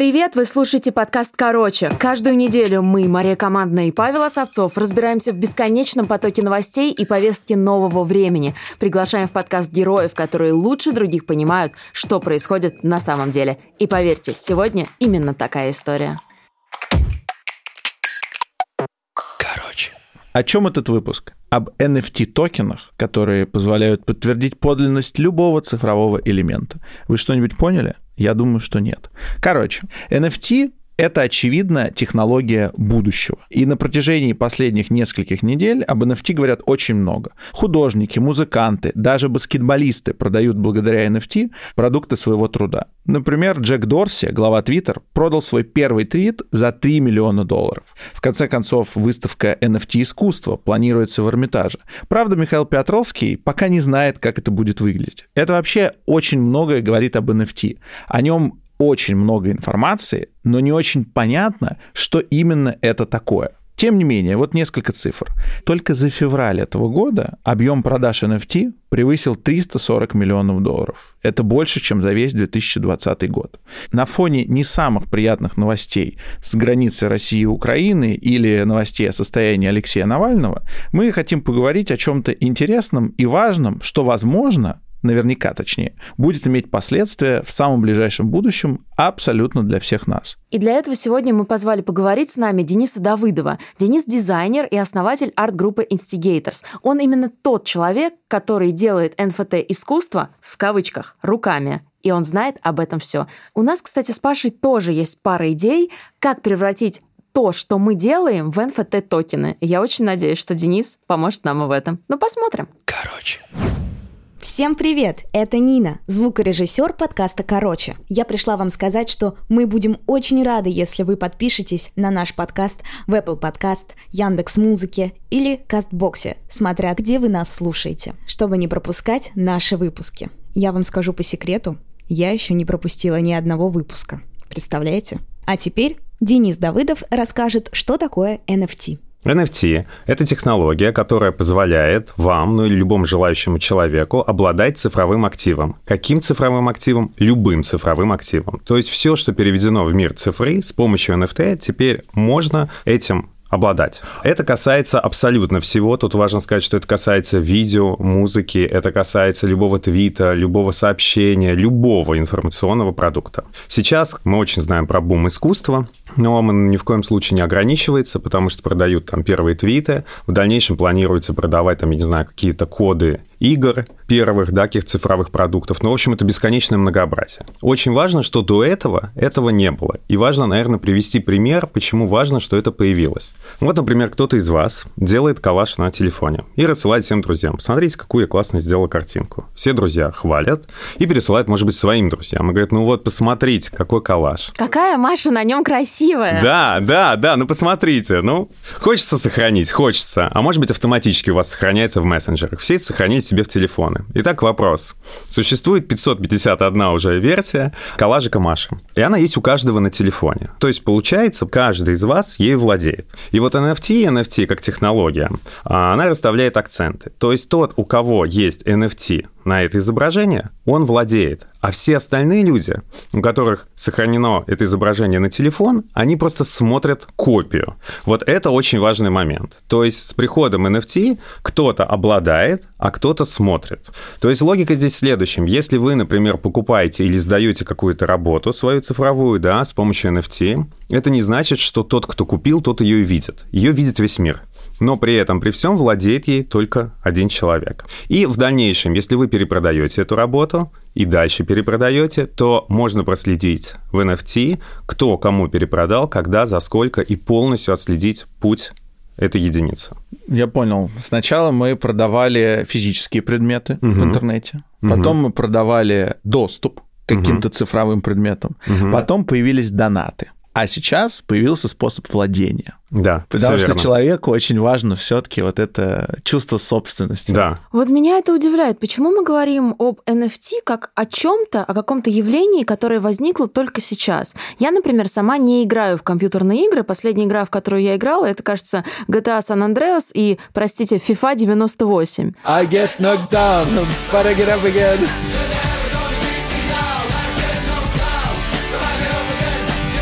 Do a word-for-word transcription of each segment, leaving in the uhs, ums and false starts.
Привет, вы слушаете подкаст «Короче». Каждую неделю мы, Мария Командная и Павел Осовцов, разбираемся в бесконечном потоке новостей и повестки нового времени. Приглашаем в подкаст героев, которые лучше других понимают, что происходит на самом деле. И поверьте, сегодня именно такая история. Короче. О чем этот выпуск? Об эн эф ти-токенах, которые позволяют подтвердить подлинность любого цифрового элемента. Вы что-нибудь поняли? Я думаю, что нет. Короче, эн эф ти — это, очевидно, технология будущего. И на протяжении последних нескольких недель об эн эф ти говорят очень много. Художники, музыканты, даже баскетболисты продают благодаря эн эф ти продукты своего труда. Например, Джек Дорси, глава Twitter, продал свой первый твит за три миллиона долларов. В конце концов, выставка эн эф ти-искусства планируется в Эрмитаже. Правда, Михаил Петровский пока не знает, как это будет выглядеть. Это вообще очень многое говорит об эн эф ти. О нем очень много информации, но не очень понятно, что именно это такое. Тем не менее, вот несколько цифр. Только за февраль этого года объем продаж эн эф ти превысил триста сорок миллионов долларов. Это больше, чем за весь две тысячи двадцатый год. На фоне не самых приятных новостей с границы России и Украины или новостей о состоянии Алексея Навального, мы хотим поговорить о чем-то интересном и важном, что, возможно, наверняка точнее, будет иметь последствия в самом ближайшем будущем абсолютно для всех нас. И для этого сегодня мы позвали поговорить с нами Дениса Давыдова. Денис – дизайнер и основатель арт-группы Instigators. Он именно тот человек, который делает эн эф ти-искусство, в кавычках, руками. И он знает об этом все. У нас, кстати, с Пашей тоже есть пара идей, как превратить то, что мы делаем, в эн эф ти-токены. Я очень надеюсь, что Денис поможет нам и в этом. Ну, посмотрим. Короче. Всем привет! Это Нина, звукорежиссер подкаста «Короче». Я пришла вам сказать, что мы будем очень рады, если вы подпишетесь на наш подкаст в Apple Podcast, Яндекс.Музыке или Кастбоксе, смотря где вы нас слушаете, чтобы не пропускать наши выпуски. Я вам скажу по секрету, я еще не пропустила ни одного выпуска. Представляете? А теперь Денис Давыдов расскажет, что такое эн эф ти. эн эф ти – это технология, которая позволяет вам, ну или любому желающему человеку обладать цифровым активом. Каким цифровым активом? Любым цифровым активом. То есть все, что переведено в мир цифры, с помощью эн эф ти теперь можно этим обладать. Это касается абсолютно всего. Тут важно сказать, что это касается видео, музыки, это касается любого твита, любого сообщения, любого информационного продукта. Сейчас мы очень знаем про бум искусства, но он ни в коем случае не ограничивается, потому что продают там первые твиты, в дальнейшем планируется продавать там, я не знаю, какие-то коды игр первых, да, каких цифровых продуктов. Ну, в общем, это бесконечное многообразие. Очень важно, что до этого этого не было. И важно, наверное, привести пример, почему важно, что это появилось. Вот, например, кто-то из вас делает коллаж на телефоне и рассылает всем друзьям. Посмотрите, какую я классную сделала картинку. Все друзья хвалят и пересылают, может быть, своим друзьям. И говорят, ну вот, посмотрите, какой коллаж. Какая Маша на нем красивая. Да, да, да, ну посмотрите. Ну, хочется сохранить, хочется. А может быть, автоматически у вас сохраняется в мессенджерах. Все это сохранили себе в телефоны. Итак, вопрос. Существует пятьсот пятьдесят одна уже версия коллажика Маши. И она есть у каждого на телефоне. То есть, получается, каждый из вас ею владеет. И вот эн эф ти, эн эф ти как технология, она расставляет акценты. То есть, тот, у кого есть эн эф ти на это изображение, он владеет. А все остальные люди, у которых сохранено это изображение на телефон, они просто смотрят копию. Вот это очень важный момент. То есть с приходом эн эф ти кто-то обладает, а кто-то смотрит. То есть логика здесь в следующем. Если вы, например, покупаете или сдаете какую-то работу свою цифровую, да, с помощью эн эф ти, это не значит, что тот, кто купил, тот ее и видит. Ее видит весь мир. Но при этом, при всем, владеет ей только один человек. И в дальнейшем, если вы перепродаете эту работу и дальше перепродаете, то можно проследить в эн эф ти, кто кому перепродал, когда, за сколько, и полностью отследить путь этой единицы. Я понял. Сначала мы продавали физические предметы угу. в интернете, потом угу. мы продавали доступ к каким-то угу. цифровым предметам, угу. потом появились донаты. А сейчас появился способ владения. Да, потому что верно. Человеку очень важно все-таки вот это чувство собственности. Да. Вот меня это удивляет. Почему мы говорим об эн эф ти как о чем-то, о каком-то явлении, которое возникло только сейчас? Я, например, сама не играю в компьютерные игры. Последняя игра, в которую я играла, это, кажется, джи ти эй San Andreas и, простите, FIFA девяносто восемь. I get knocked down, but I get up again.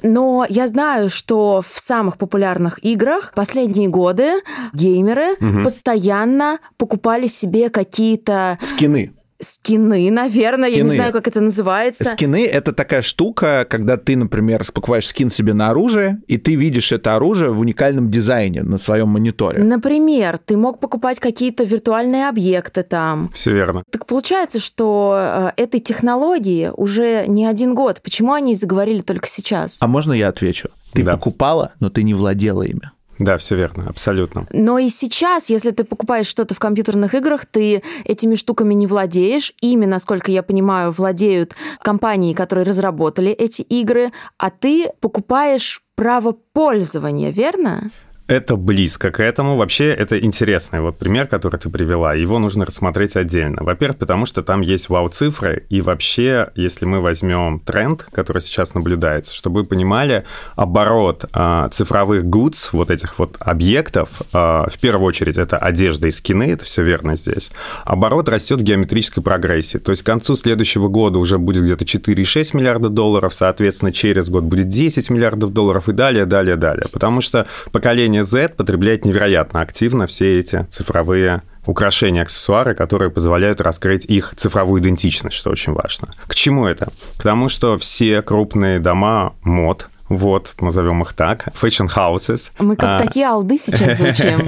Но я знаю, что в самых популярных играх последние годы геймеры угу. постоянно покупали себе какие-то... Скины. Скины, наверное, скины. Я не знаю, как это называется. Скины — это такая штука, когда ты, например, покупаешь скин себе на оружие, и ты видишь это оружие в уникальном дизайне на своем мониторе. Например, ты мог покупать какие-то виртуальные объекты там. Все верно. Так получается, что э, этой технологии уже не один год. Почему они заговорили только сейчас? А можно я отвечу? Ты да. покупала, но ты не владела ими. Да, все верно, абсолютно. Но и сейчас, если ты покупаешь что-то в компьютерных играх, ты этими штуками не владеешь. Ими, насколько я понимаю, владеют компании, которые разработали эти игры, а ты покупаешь право пользования, верно? Это близко к этому. Вообще, это интересный вот пример, который ты привела. Его нужно рассмотреть отдельно. Во-первых, потому что там есть вау-цифры. И вообще, если мы возьмем тренд, который сейчас наблюдается, чтобы вы понимали, оборот а, цифровых goods, вот этих вот объектов, а, в первую очередь, это одежда и скины, это все верно здесь, оборот растет в геометрической прогрессии. То есть к концу следующего года уже будет где-то четыре и шесть миллиарда долларов, соответственно, через год будет десять миллиардов долларов и далее, далее, далее. Потому что поколение Z потребляет невероятно активно все эти цифровые украшения, аксессуары, которые позволяют раскрыть их цифровую идентичность, что очень важно. К чему это? К тому, что все крупные дома мод, вот, назовем их так, fashion houses. Мы как а... такие алды сейчас звучим.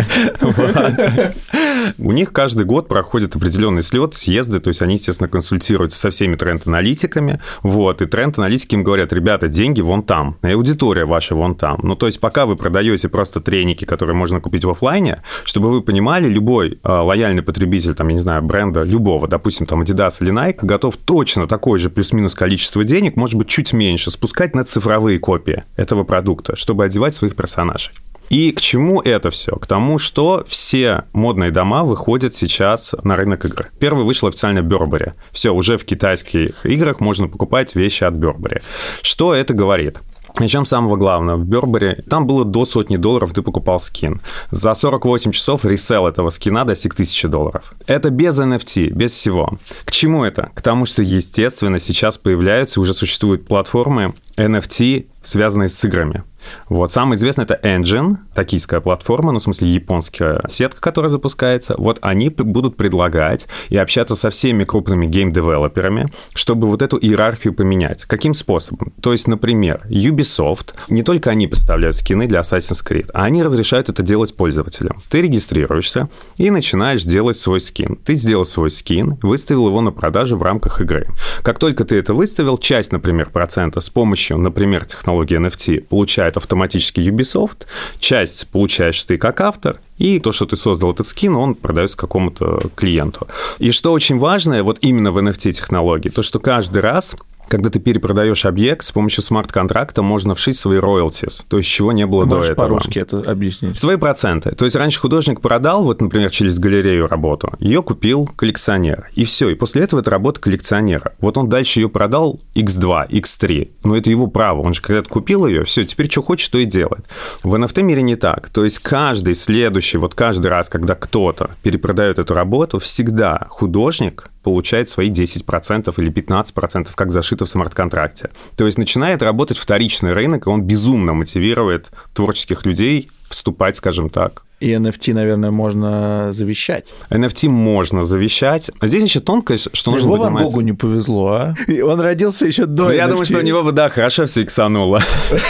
У них каждый год проходит определенный слет, съезды, то есть они, естественно, консультируются со всеми тренд-аналитиками, вот, и тренд-аналитики им говорят: ребята, деньги вон там, и аудитория ваша вон там. Ну, то есть пока вы продаете просто треники, которые можно купить в офлайне, чтобы вы понимали, любой э, лояльный потребитель, там, я не знаю, бренда любого, допустим, там, Adidas или Nike, готов точно такое же плюс-минус количество денег, может быть, чуть меньше, спускать на цифровые копии этого продукта, чтобы одевать своих персонажей. И к чему это все? К тому, что все модные дома выходят сейчас на рынок игр. Первый вышел официально Burberry. Все, уже в китайских играх можно покупать вещи от Burberry. Что это говорит? Начнем с самого главного. В Burberry там было до сотни долларов, ты покупал скин. За сорок восемь часов ресел этого скина достиг тысячи долларов. Это без эн эф ти, без всего. К чему это? К тому, что, естественно, сейчас появляются, уже существуют платформы эн эф ти, связанные с играми. Вот. Самый известный — это Engine, токийская платформа, ну, в смысле, японская сетка, которая запускается. Вот они будут предлагать и общаться со всеми крупными гейм-девелоперами, чтобы вот эту иерархию поменять. Каким способом? То есть, например, Ubisoft, не только они поставляют скины для Assassin's Creed, а они разрешают это делать пользователям. Ты регистрируешься и начинаешь делать свой скин. Ты сделал свой скин, выставил его на продажу в рамках игры. Как только ты это выставил, часть, например, процента с помощью, например, технологии эн эф ти получает автоматически Ubisoft, часть получаешь ты как автор, и то, что ты создал этот скин, он продается какому-то клиенту. И что очень важно, вот именно в эн эф ти-технологии, то, что каждый раз, когда ты перепродаешь объект, с помощью смарт-контракта можно вшить свои royalties, то есть чего не было Можешь до этого. по-русски это объяснить? Свои проценты. То есть раньше художник продал, вот, например, через галерею работу, ее купил коллекционер, и все. И после этого это работа коллекционера. Вот он дальше ее продал икс два, икс три, но это его право. Он же когда-то купил ее, все, теперь что хочет, то и делает. В эн эф ти-мире не так. То есть каждый следующий, вот каждый раз, когда кто-то перепродает эту работу, всегда художник получает свои десять процентов или пятнадцать процентов, как зашито в смарт-контракте. То есть начинает работать вторичный рынок, и он безумно мотивирует творческих людей вступать, скажем так. И эн эф ти, наверное, можно завещать. эн эф ти можно завещать. А здесь еще тонкость, что нужно понимать. Ван Гогу не повезло, а? И он родился еще до эн эф ти. Я думаю, что у него бы, да, хорошо все иксануло.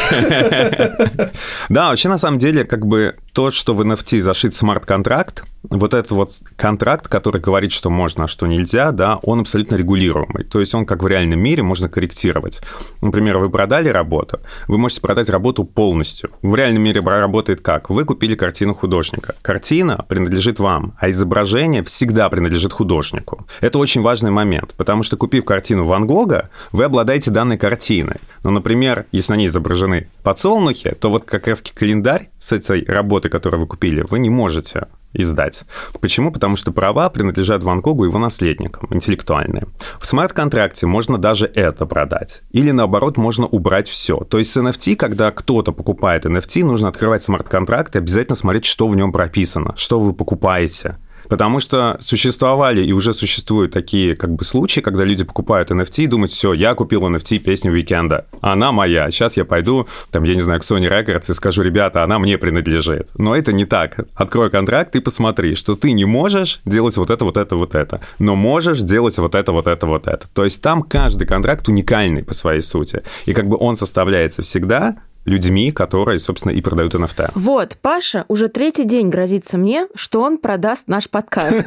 Да, вообще, на самом деле, как бы то, что в эн эф ти зашит смарт-контракт, вот этот вот контракт, который говорит, что можно, а что нельзя, да, он абсолютно регулируемый. То есть он, как в реальном мире, можно корректировать. Например, вы продали работу, вы можете продать работу полностью. В реальном мире работает как? Вы купили картину художника. Картина принадлежит вам, а изображение всегда принадлежит художнику. Это очень важный момент, потому что, купив картину Ван Гога, вы обладаете данной картиной. Но, например, если на ней изображены подсолнухи, то вот как раз календарь с этой работы, которую вы купили, вы не можете издать. Почему? Потому что права принадлежат Ван Гогу и его наследникам, интеллектуальные. В смарт-контракте можно даже это продать. Или, наоборот, можно убрать все. То есть с эн эф ти, когда кто-то покупает эн эф ти, нужно открывать смарт-контракт и обязательно смотреть, что в нем прописано, что вы покупаете. Потому что существовали и уже существуют такие как бы случаи, когда люди покупают эн эф ти и думают, все, я купил эн эф ти песню Уикенда, она моя, сейчас я пойду, там, я не знаю, к Sony Records и скажу, ребята, она мне принадлежит. Но это не так. Открой контракт и посмотри, что ты не можешь делать вот это, вот это, вот это, но можешь делать вот это, вот это, вот это. То есть там каждый контракт уникальный по своей сути. И как бы он составляется всегда людьми, которые, собственно, и продают эн эф ти. Вот, Паша уже третий день грозится мне, что он продаст наш подкаст.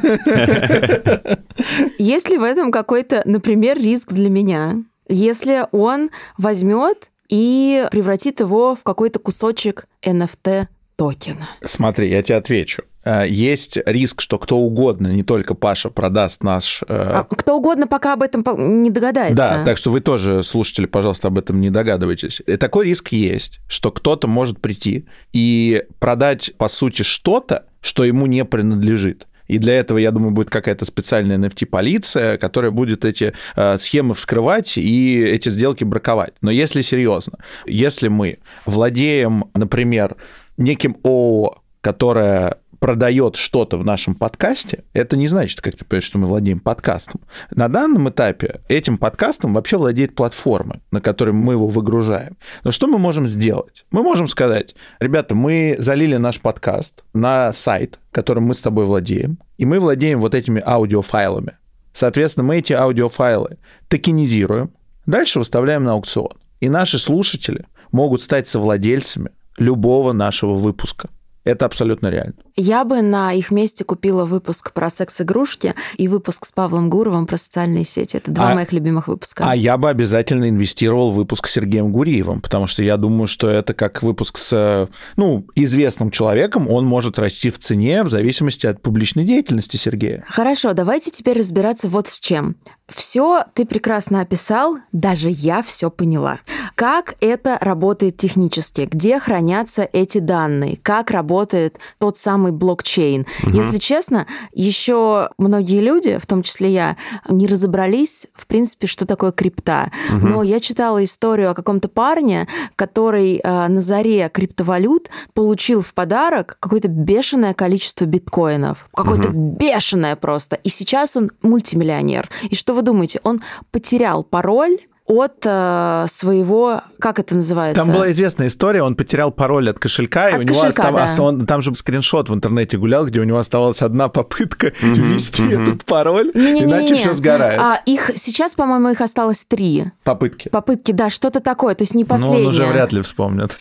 Есть ли в этом какой-то, например, риск для меня? Если он возьмет и превратит его в какой-то кусочек эн эф ти-токена? Смотри, я тебе отвечу. Есть риск, что кто угодно, не только Паша, продаст наш... А кто угодно пока об этом не догадается. Да, так что вы тоже, слушатели, пожалуйста, об этом не догадывайтесь. И такой риск есть, что кто-то может прийти и продать, по сути, что-то, что ему не принадлежит. И для этого, я думаю, будет какая-то специальная эн эф ти-полиция, которая будет эти э, схемы вскрывать и эти сделки браковать. Но если серьезно, если мы владеем, например, неким ООО, которое продает что-то в нашем подкасте, это не значит, как ты понимаешь, что мы владеем подкастом. На данном этапе этим подкастом вообще владеет платформа, на которой мы его выгружаем. Но что мы можем сделать? Мы можем сказать, ребята, мы залили наш подкаст на сайт, которым мы с тобой владеем, и мы владеем вот этими аудиофайлами. Соответственно, мы эти аудиофайлы токенизируем, дальше выставляем на аукцион. И наши слушатели могут стать совладельцами любого нашего выпуска. Это абсолютно реально. Я бы на их месте купила выпуск про секс-игрушки и выпуск с Павлом Гуровым про социальные сети. Это два а, моих любимых выпуска. А я бы обязательно инвестировал в выпуск с Сергеем Гуриевым, потому что я думаю, что это как выпуск с, ну, известным человеком, он может расти в цене в зависимости от публичной деятельности Сергея. Хорошо, давайте теперь разбираться вот с чем. Все ты прекрасно описал, даже я все поняла. Как это работает технически? Где хранятся эти данные? Как работает тот самый блокчейн? Угу. Если честно, еще многие люди, в том числе я, не разобрались, в принципе, что такое крипта. Угу. Но я читала историю о каком-то парне, который э, на заре криптовалют получил в подарок какое-то бешеное количество биткоинов. Какое-то угу. бешеное просто. И сейчас он мультимиллионер. И что вы думаете? Он потерял пароль от э, своего, как это называется? Там была известная история, он потерял пароль от кошелька, от и у него кошелька, остав... да. остав... там же скриншот в интернете гулял, где у него оставалась одна попытка mm-hmm, ввести mm-hmm. этот пароль, Не-не-не-не-не. иначе все сгорает. А их сейчас, по-моему, их осталось три. Попытки. Попытки, да, что-то такое, то есть не последнее. Ну, он уже вряд ли вспомнит.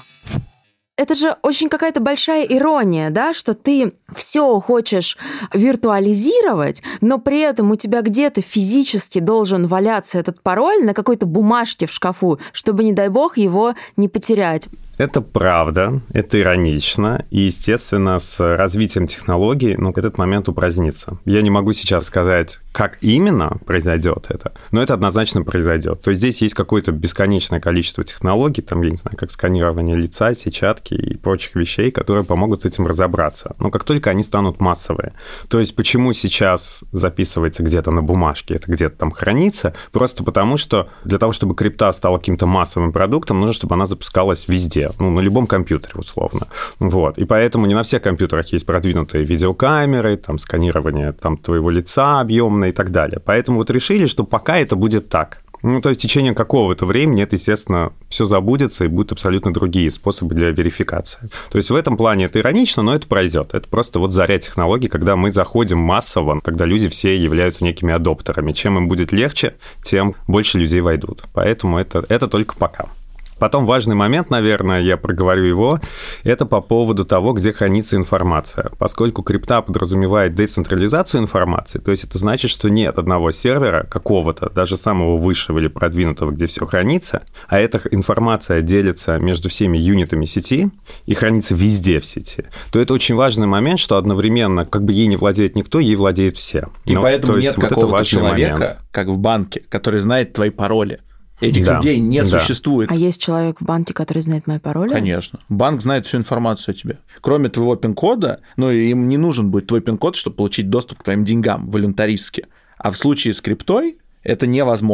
Это же очень какая-то большая ирония, да, что ты все хочешь виртуализировать, но при этом у тебя где-то физически должен валяться этот пароль на какой-то бумажке в шкафу, чтобы, не дай бог, его не потерять. Это правда, это иронично, и, естественно, с развитием технологий, ну, этот момент упразднится. Я не могу сейчас сказать, как именно произойдет это, но это однозначно произойдет. То есть здесь есть какое-то бесконечное количество технологий, там, я не знаю, как сканирование лица, сетчатки и прочих вещей, которые помогут с этим разобраться. Но как только они станут массовые. То есть почему сейчас записывается где-то на бумажке, это где-то там хранится? Просто потому, что для того, чтобы крипта стала каким-то массовым продуктом, нужно, чтобы она запускалась везде. Ну, на любом компьютере, условно. Вот. И поэтому не на всех компьютерах есть продвинутые видеокамеры, там, сканирование там, твоего лица объемное и так далее. Поэтому вот решили, что пока это будет так. Ну, то есть в течение какого-то времени это, естественно, все забудется, и будут абсолютно другие способы для верификации. То есть в этом плане это иронично, но это пройдет. Это просто вот заря технологий, когда мы заходим массово, когда люди все являются некими адоптерами. Чем им будет легче, тем больше людей войдут. Поэтому это, это только пока. Потом важный момент, наверное, я проговорю его, это по поводу того, где хранится информация. Поскольку крипта подразумевает децентрализацию информации, то есть это значит, что нет одного сервера какого-то, даже самого высшего или продвинутого, где все хранится, а эта информация делится между всеми юнитами сети и хранится везде в сети, то это очень важный момент, что одновременно, как бы ей не владеет никто, ей владеет все. И Но, поэтому нет вот какого-то человека, момент. Как в банке, который знает твои пароли. Этих да, людей не да. существует. А есть человек в банке, который знает мои пароли? Конечно. Банк знает всю информацию о тебе. Кроме твоего пин-кода, ну, им не нужен будет твой пин-код, чтобы получить доступ к твоим деньгам волюнтаристски. А в случае с криптой это невозможно.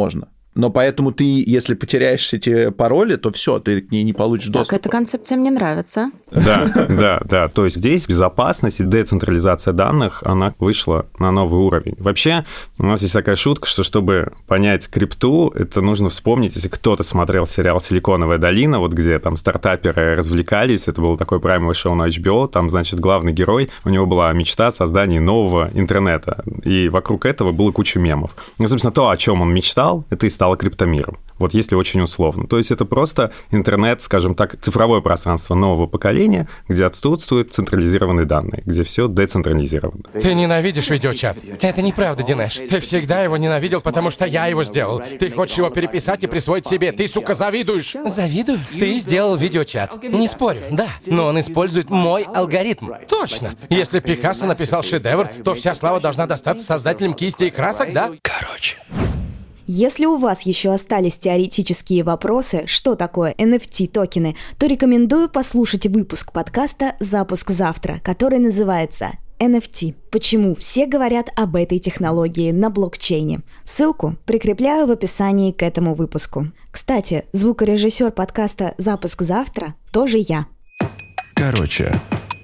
Но поэтому ты, если потеряешь эти пароли, то все, ты к ней не получишь доступ. Так, эта концепция мне нравится. Да, да, да. То есть здесь безопасность и децентрализация данных, она вышла на новый уровень. Вообще, у нас есть такая шутка, что чтобы понять крипту, это нужно вспомнить, если кто-то смотрел сериал «Силиконовая долина», вот где там стартаперы развлекались, это было такое праймовое шоу на эйч би о, там, значит, главный герой, у него была мечта создания нового интернета, и вокруг этого было куча мемов. Ну, собственно, то, о чем он мечтал, это и стало криптомиром. Вот если очень условно. То есть это просто интернет, скажем так, цифровое пространство нового поколения, где отсутствуют централизированные данные, где все децентрализировано. Ты ненавидишь видеочат. Это неправда, Динеш. Ты всегда его ненавидел, потому что я его сделал. Ты хочешь его переписать и присвоить себе. Ты, сука, завидуешь. Завидую? Ты сделал видеочат. Не спорю, да. Но он использует мой алгоритм. Точно. Если Пикассо написал шедевр, то вся слава должна достаться создателям кисти и красок, да? Короче. Если у вас еще остались теоретические вопросы, что такое эн эф ти-токены, то рекомендую послушать выпуск подкаста «Запуск завтра», который называется эн эф ти. Почему все говорят об этой технологии на блокчейне? Ссылку прикрепляю в описании к этому выпуску. Кстати, звукорежиссер подкаста «Запуск завтра» тоже я. Короче.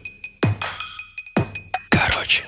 Короче.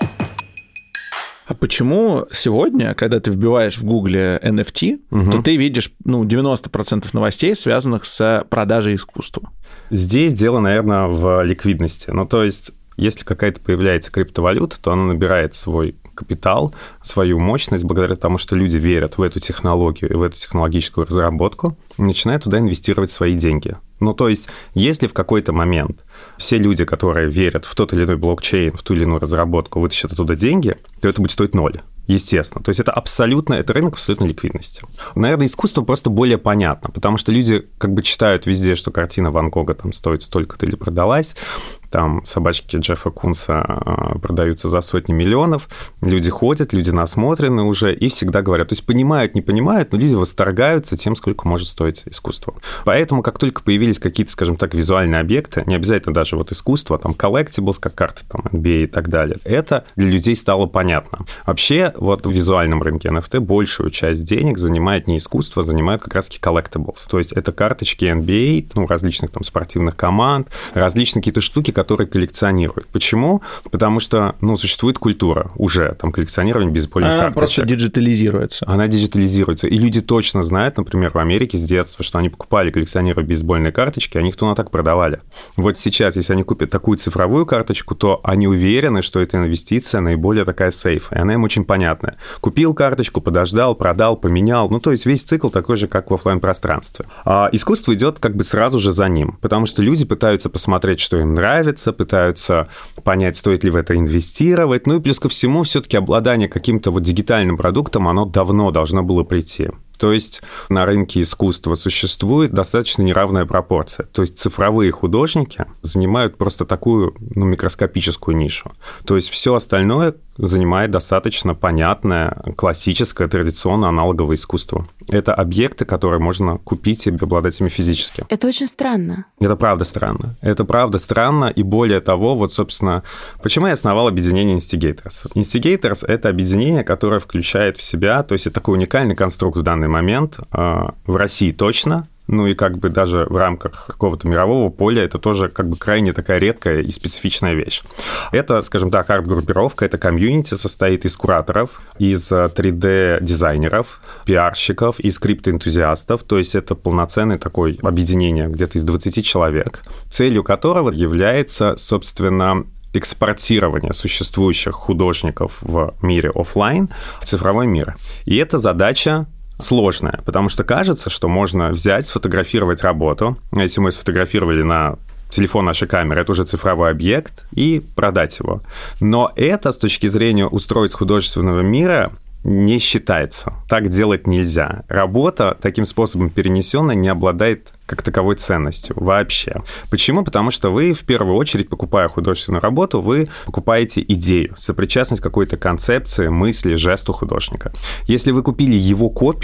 А почему сегодня, когда ты вбиваешь в Гугле эн эф ти, угу. то ты видишь ну, девяносто процентов новостей, связанных с продажей искусства? Здесь дело, наверное, в ликвидности. Ну, то есть, если какая-то появляется криптовалюта, то она набирает свой капитал, свою мощность благодаря тому, что люди верят в эту технологию и в эту технологическую разработку, и начинают туда инвестировать свои деньги. Ну, то есть, если в какой-то момент все люди, которые верят в тот или иной блокчейн, в ту или иную разработку, вытащат оттуда деньги, то это будет стоить ноль. Естественно. То есть это абсолютно, это рынок абсолютной ликвидности. Наверное, искусство просто более понятно, потому что люди как бы читают везде, что картина Ван Гога там стоит столько-то или продалась, там собачки Джеффа Кунса продаются за сотни миллионов, люди ходят, люди насмотрены уже и всегда говорят, то есть понимают, не понимают, но люди восторгаются тем, сколько может стоить искусство. Поэтому, как только появились какие-то, скажем так, визуальные объекты, не обязательно даже вот искусство, там, collectibles, как карты, там, эн би эй и так далее, это для людей стало понятно. Вообще, вот в визуальном рынке эн эф ти большую часть денег занимает не искусство, занимают как раз-таки collectibles, то есть это карточки эн би эй, ну, различных там спортивных команд, различные какие-то штуки, которые коллекционируют. Почему? Потому что, ну, существует культура уже, там, коллекционирование бейсбольных Она карточек. просто диджитализируется. Она диджитализируется. И люди точно знают, например, в Америке с детства, что они покупали, коллекционируя бейсбольные карточки, они их то на так продавали. Вот сейчас, если они купят такую цифровую карточку, то они уверены, что эта инвестиция наиболее такая сейф, и она им очень понятная. Купил карточку, подождал, продал, поменял. Ну, то есть весь цикл такой же, как в офлайн-пространстве. А искусство идет как бы сразу же за ним, потому что люди пытаются посмотреть, что им нравится, пытаются понять, стоит ли в это инвестировать. Ну и плюс ко всему, все-таки обладание каким-то вот дигитальным продуктом, оно давно должно было прийти. То есть на рынке искусства существует достаточно неравная пропорция. То есть цифровые художники занимают просто такую, ну, микроскопическую нишу. То есть все остальное занимает достаточно понятное, классическое, традиционное аналоговое искусство. Это объекты, которые можно купить и обладать ими физически. Это очень странно. Это правда странно. Это правда странно, и более того, вот, собственно, почему я основал объединение Instigators? Instigators — это объединение, которое включает в себя, то есть это такой уникальный конструкт в данный момент, в России точно, ну и как бы даже в рамках какого-то мирового поля это тоже как бы крайне такая редкая и специфичная вещь. Это, скажем так, арт-группировка, это комьюнити, состоит из кураторов, из три дэ-дизайнеров, пиарщиков, из криптоэнтузиастов, то есть это полноценное такое объединение где-то из двадцати человек, целью которого является, собственно, экспортирование существующих художников в мире офлайн в цифровой мир. И эта задача сложная, потому что кажется, что можно взять, сфотографировать работу. Если мы сфотографировали на телефон нашей камеры, это уже цифровой объект, и продать его. Но это с точки зрения устройств художественного мира не считается. Так делать нельзя. Работа таким способом перенесенная не обладает как таковой ценностью вообще. Почему? Потому что вы, в первую очередь, покупая художественную работу, вы покупаете идею, сопричастность какой-то концепции, мысли, жесту художника. Если вы купили его копию,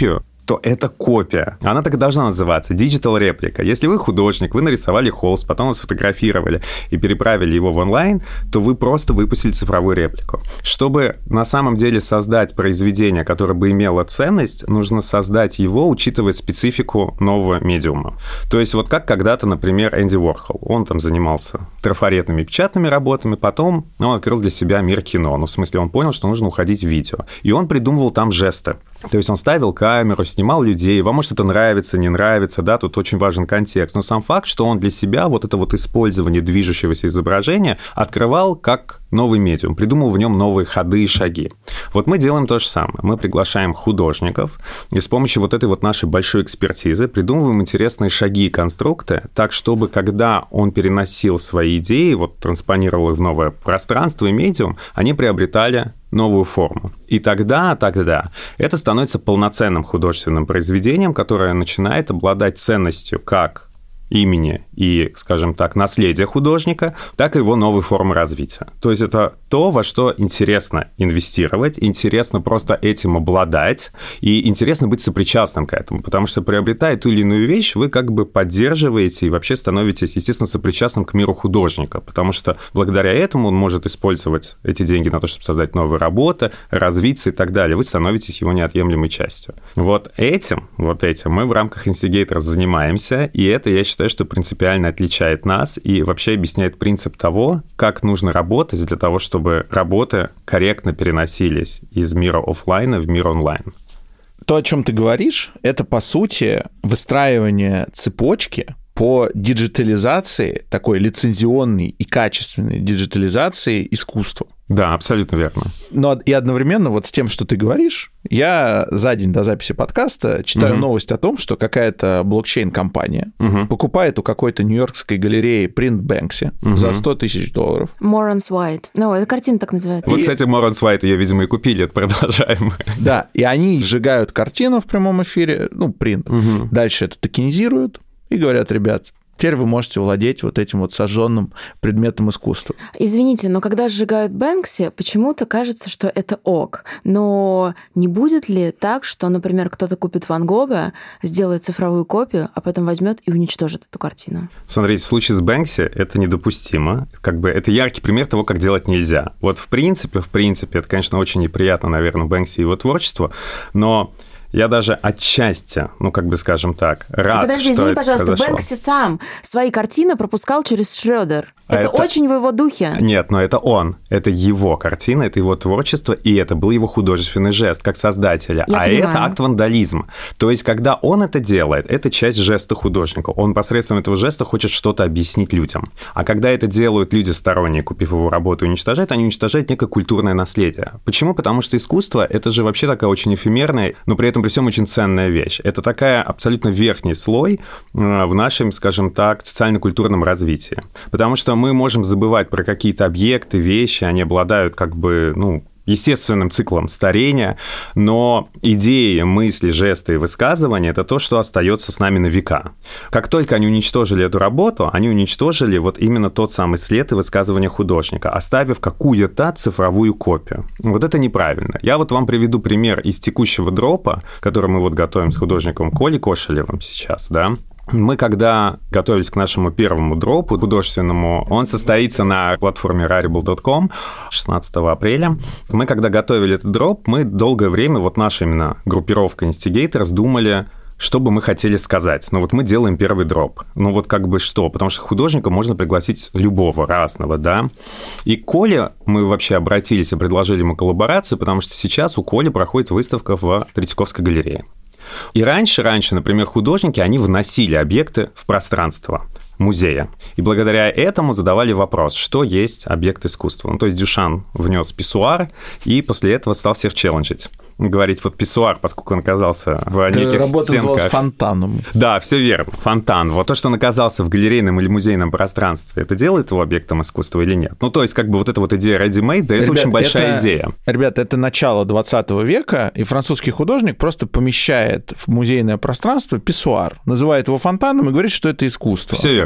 то это копия. Она так и должна называться, digital реплика. Если вы художник, вы нарисовали холст, потом его сфотографировали и переправили его в онлайн, то вы просто выпустили цифровую реплику. Чтобы на самом деле создать произведение, которое бы имело ценность, нужно создать его, учитывая специфику нового медиума. То есть вот как когда-то, например, Энди Уорхол. Он там занимался трафаретными печатными работами, потом он открыл для себя мир кино. Ну, в смысле, он понял, что нужно уходить в видео. И он придумывал там жесты. То есть он ставил камеру, снимал людей, вам может это нравится, не нравится, да, тут очень важен контекст. Но сам факт, что он для себя вот это вот использование движущегося изображения открывал как новый медиум, придумал в нем новые ходы и шаги. Вот мы делаем то же самое. Мы приглашаем художников и с помощью вот этой вот нашей большой экспертизы придумываем интересные шаги и конструкты, так, чтобы когда он переносил свои идеи, вот транспонировал их в новое пространство и медиум, они приобретали новую форму. И тогда, тогда это становится полноценным художественным произведением, которое начинает обладать ценностью как имени и, скажем так, наследия художника, так и его новой формы развития. То есть это то, во что интересно инвестировать, интересно просто этим обладать, и интересно быть сопричастным к этому, потому что, приобретая ту или иную вещь, вы как бы поддерживаете и вообще становитесь, естественно, сопричастным к миру художника, потому что благодаря этому он может использовать эти деньги на то, чтобы создать новые работы, развиться и так далее. Вы становитесь его неотъемлемой частью. Вот этим, вот этим мы в рамках Instigators занимаемся, и это, я считаю, что принципиально отличает нас и вообще объясняет принцип того, как нужно работать для того, чтобы работы корректно переносились из мира офлайна в мир онлайн. То, о чем ты говоришь, это, по сути, выстраивание цепочки по диджитализации, такой лицензионной и качественной диджитализации искусства. Да, абсолютно верно. Но и одновременно вот с тем, что ты говоришь, я за день до записи подкаста читаю угу. новость о том, что какая-то блокчейн-компания угу. покупает у какой-то нью-йоркской галереи принт Бэнкси угу. за сто тысяч долларов. Moran's White. Ну, эта картина так называется. Вот, и... кстати, Moran's White ее, видимо, и купили, это продолжаем. Да, и они сжигают картину в прямом эфире, ну, принт. Угу. Дальше это токенизируют и говорят: ребят, теперь вы можете владеть вот этим вот сожженным предметом искусства. Извините, но когда сжигают Бэнкси, почему-то кажется, что это ок. Но не будет ли так, что, например, кто-то купит Ван Гога, сделает цифровую копию, а потом возьмет и уничтожит эту картину? Смотрите, в случае с Бэнкси это недопустимо. Как бы это яркий пример того, как делать нельзя. Вот в принципе, в принципе, это, конечно, очень неприятно, наверное, Бэнкси и его творчеству, но... Я даже отчасти, ну, как бы, скажем так, рад, Подожди, что извини, это пожалуйста, произошло. Бэнкси сам свои картины пропускал через Шрёдер. А это, это очень в его духе. Нет, но это он. Это его картина, это его творчество, и это был его художественный жест как создателя. Я а понимаю. Это акт вандализма. То есть, когда он это делает, это часть жеста художника. Он посредством этого жеста хочет что-то объяснить людям. А когда это делают люди сторонние, купив его работу и уничтожают, они уничтожают некое культурное наследие. Почему? Потому что искусство — это же вообще такая очень эфемерная, но при этом при всем очень ценная вещь. Это такая абсолютно верхний слой в нашем, скажем так, социально-культурном развитии. Потому что мы можем забывать про какие-то объекты, вещи, они обладают как бы, ну, естественным циклом старения, но идеи, мысли, жесты и высказывания — это то, что остается с нами на века. Как только они уничтожили эту работу, они уничтожили вот именно тот самый след и высказывание художника, оставив какую-то цифровую копию. Вот это неправильно. Я вот вам приведу пример из текущего дропа, который мы вот готовим с художником Колей Кошелевым сейчас, да. Мы, когда готовились к нашему первому дропу художественному, он состоится на платформе rarible точка com шестнадцатого апреля. Мы, когда готовили этот дроп, мы долгое время, вот наша именно группировка Instigators, думали, что бы мы хотели сказать. Ну вот мы делаем первый дроп. Ну вот как бы что? Потому что художника можно пригласить любого, разного, да. И к Коле мы вообще обратились и предложили ему коллаборацию, потому что сейчас у Коли проходит выставка в Третьяковской галерее. И раньше, раньше, например, художники, они вносили объекты в пространство музея. И благодаря этому задавали вопрос, что есть объект искусства. Ну, то есть Дюшан внес писсуар, и после этого стал всех челленджить. Говорить, вот писсуар, поскольку он оказался в Это неких работа стенках... называлась фонтаном. Да, все верно, фонтан. Вот то, что он оказался в галерейном или музейном пространстве, это делает его объектом искусства или нет? Ну, то есть, как бы вот эта вот идея ready-made, да, это Ребят, очень большая это, идея. Ребята, это начало двадцатого века, и французский художник просто помещает в музейное пространство писсуар, называет его фонтаном и говорит, что это искусство. Все верно.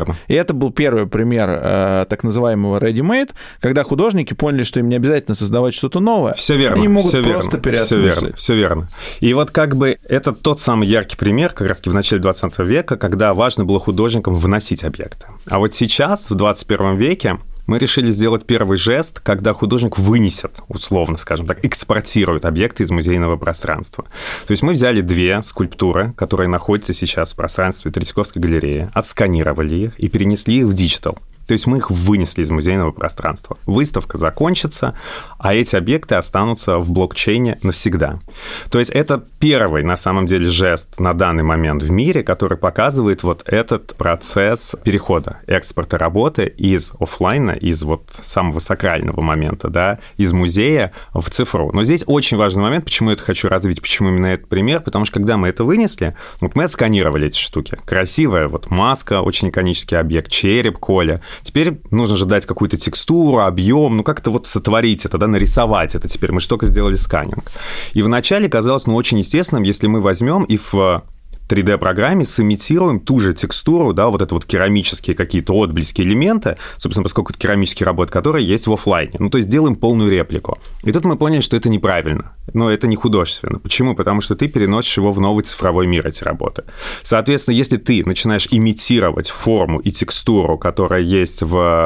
верно. И это был первый пример э, так называемого ready-made, когда художники поняли, что им не обязательно создавать что-то новое. Все верно. Они могут все просто верно, переосмыслить. Все верно, все верно. И вот как бы это тот самый яркий пример, как раз в начале двадцатого века, когда важно было художникам выносить объекты. А вот сейчас, в двадцать первом веке, мы решили сделать первый жест, когда художник вынесет, условно, скажем так, экспортирует объекты из музейного пространства. То есть мы взяли две скульптуры, которые находятся сейчас в пространстве Третьяковской галереи, отсканировали их и перенесли их в диджитал. То есть мы их вынесли из музейного пространства. Выставка закончится, а эти объекты останутся в блокчейне навсегда. То есть это первый, на самом деле, жест на данный момент в мире, который показывает вот этот процесс перехода, экспорта работы из офлайна, из вот самого сакрального момента, да, из музея в цифру. Но здесь очень важный момент, почему я это хочу развить, почему именно этот пример, потому что когда мы это вынесли, вот мы отсканировали эти штуки. Красивая вот маска, очень иконический объект, череп Коля. Теперь нужно же дать какую-то текстуру, объем, ну как-то вот сотворить это, да, нарисовать это. Теперь мы же только сделали сканинг. И вначале казалось, ну, очень естественным, если мы возьмем и в три дэ-программе сымитируем ту же текстуру, да, вот это вот керамические какие-то отблески элементы, собственно, поскольку это керамические работы, которые есть в офлайне. Ну, то есть делаем полную реплику. И тут мы поняли, что это неправильно. Но это не художественно. Почему? Потому что ты переносишь его в новый цифровой мир, эти работы. Соответственно, если ты начинаешь имитировать форму и текстуру, которая есть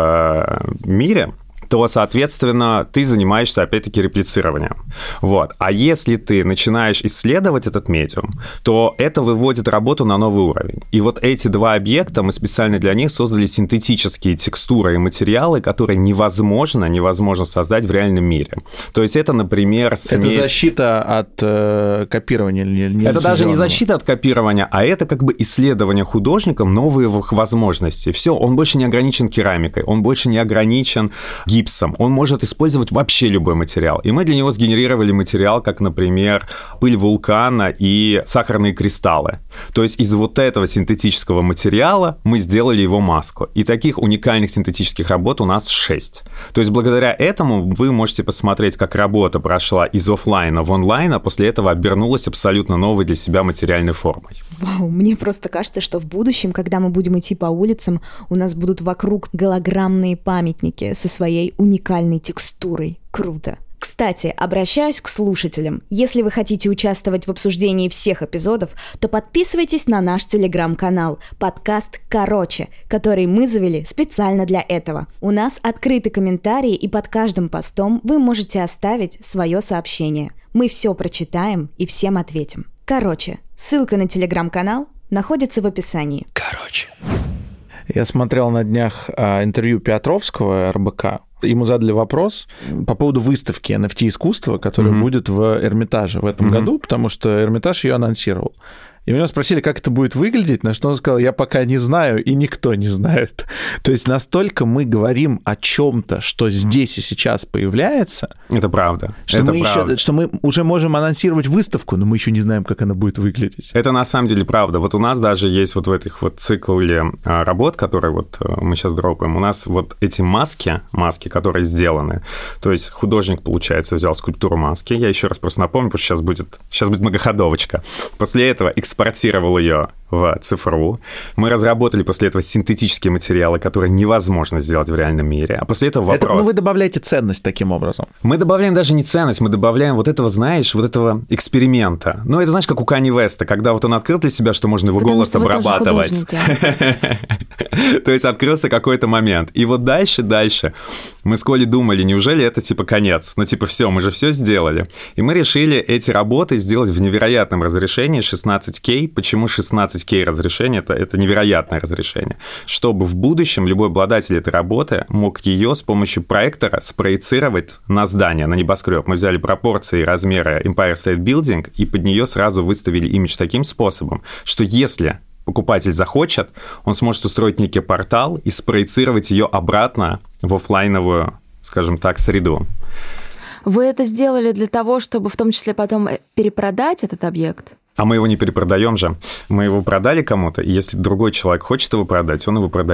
в мире, то, соответственно, ты занимаешься, опять-таки, реплицированием. Вот. А если ты начинаешь исследовать этот медиум, то это выводит работу на новый уровень. И вот эти два объекта, мы специально для них создали синтетические текстуры и материалы, которые невозможно, невозможно создать в реальном мире. То есть это, например, смесь... Это защита от э, копирования. Не это даже не защита от копирования, а это как бы исследование художником новых возможностей. Все, он больше не ограничен керамикой, он больше не ограничен гипсом, он может использовать вообще любой материал. И мы для него сгенерировали материал, как, например, пыль вулкана и сахарные кристаллы. То есть из вот этого синтетического материала мы сделали его маску. И таких уникальных синтетических работ у нас шесть. То есть благодаря этому вы можете посмотреть, как работа прошла из офлайна в онлайн, а после этого обернулась абсолютно новой для себя материальной формой. Вау, мне просто кажется, что в будущем, когда мы будем идти по улицам, у нас будут вокруг голограммные памятники со своей уникальной текстурой. Круто. Кстати, обращаюсь к слушателям. Если вы хотите участвовать в обсуждении всех эпизодов, то подписывайтесь на наш телеграм-канал «Подкаст Короче», который мы завели специально для этого. У нас открыты комментарии, и под каждым постом вы можете оставить свое сообщение. Мы все прочитаем и всем ответим. Короче, ссылка на телеграм-канал находится в описании. Короче. Я смотрел на днях интервью Петровского, эр бэ ка. Ему задали вопрос по поводу выставки эн эф ти-искусства, которая mm-hmm. будет в Эрмитаже в этом mm-hmm. году, потому что Эрмитаж ее анонсировал. И у него спросили, как это будет выглядеть, на что он сказал: я пока не знаю, и никто не знает. То есть настолько мы говорим о чем-то, что здесь и сейчас появляется. Это правда. Что, это мы, правда. Еще, что мы уже можем анонсировать выставку, но мы еще не знаем, как она будет выглядеть. Это на самом деле правда. Вот у нас даже есть вот в этих вот цикле работ, которые вот мы сейчас дропаем, у нас вот эти маски, маски, которые сделаны. То есть художник, получается, взял скульптуру маски. Я еще раз просто напомню, потому что сейчас будет, сейчас будет многоходовочка. После этого экспортировал ее в цифру. Мы разработали после этого синтетические материалы, которые невозможно сделать в реальном мире. А после этого вопрос... Это, ну, вы добавляете ценность таким образом. Мы добавляем даже не ценность, мы добавляем вот этого, знаешь, вот этого эксперимента. Ну, это, знаешь, как у Канье Веста, когда вот он открыл для себя, что можно его Потому голос что вы обрабатывать. тоже То есть открылся какой-то момент. И вот дальше, дальше мы с Колей думали, неужели это типа конец? Ну, типа, все, мы же все сделали. И мы решили эти работы сделать в невероятном разрешении шестнадцать кей. Почему шестнадцать кей разрешение? Это, это невероятное разрешение. Чтобы в будущем любой обладатель этой работы мог ее с помощью проектора спроецировать на здание, на небоскреб. Мы взяли пропорции и размеры Empire State Building и под нее сразу выставили имидж таким способом, что если покупатель захочет, он сможет устроить некий портал и спроецировать ее обратно в офлайновую, скажем так, среду. Вы это сделали для того, чтобы в том числе потом перепродать этот объект? А мы его не перепродаем же. Мы его продали кому-то, и если другой человек хочет его продать, он его продает.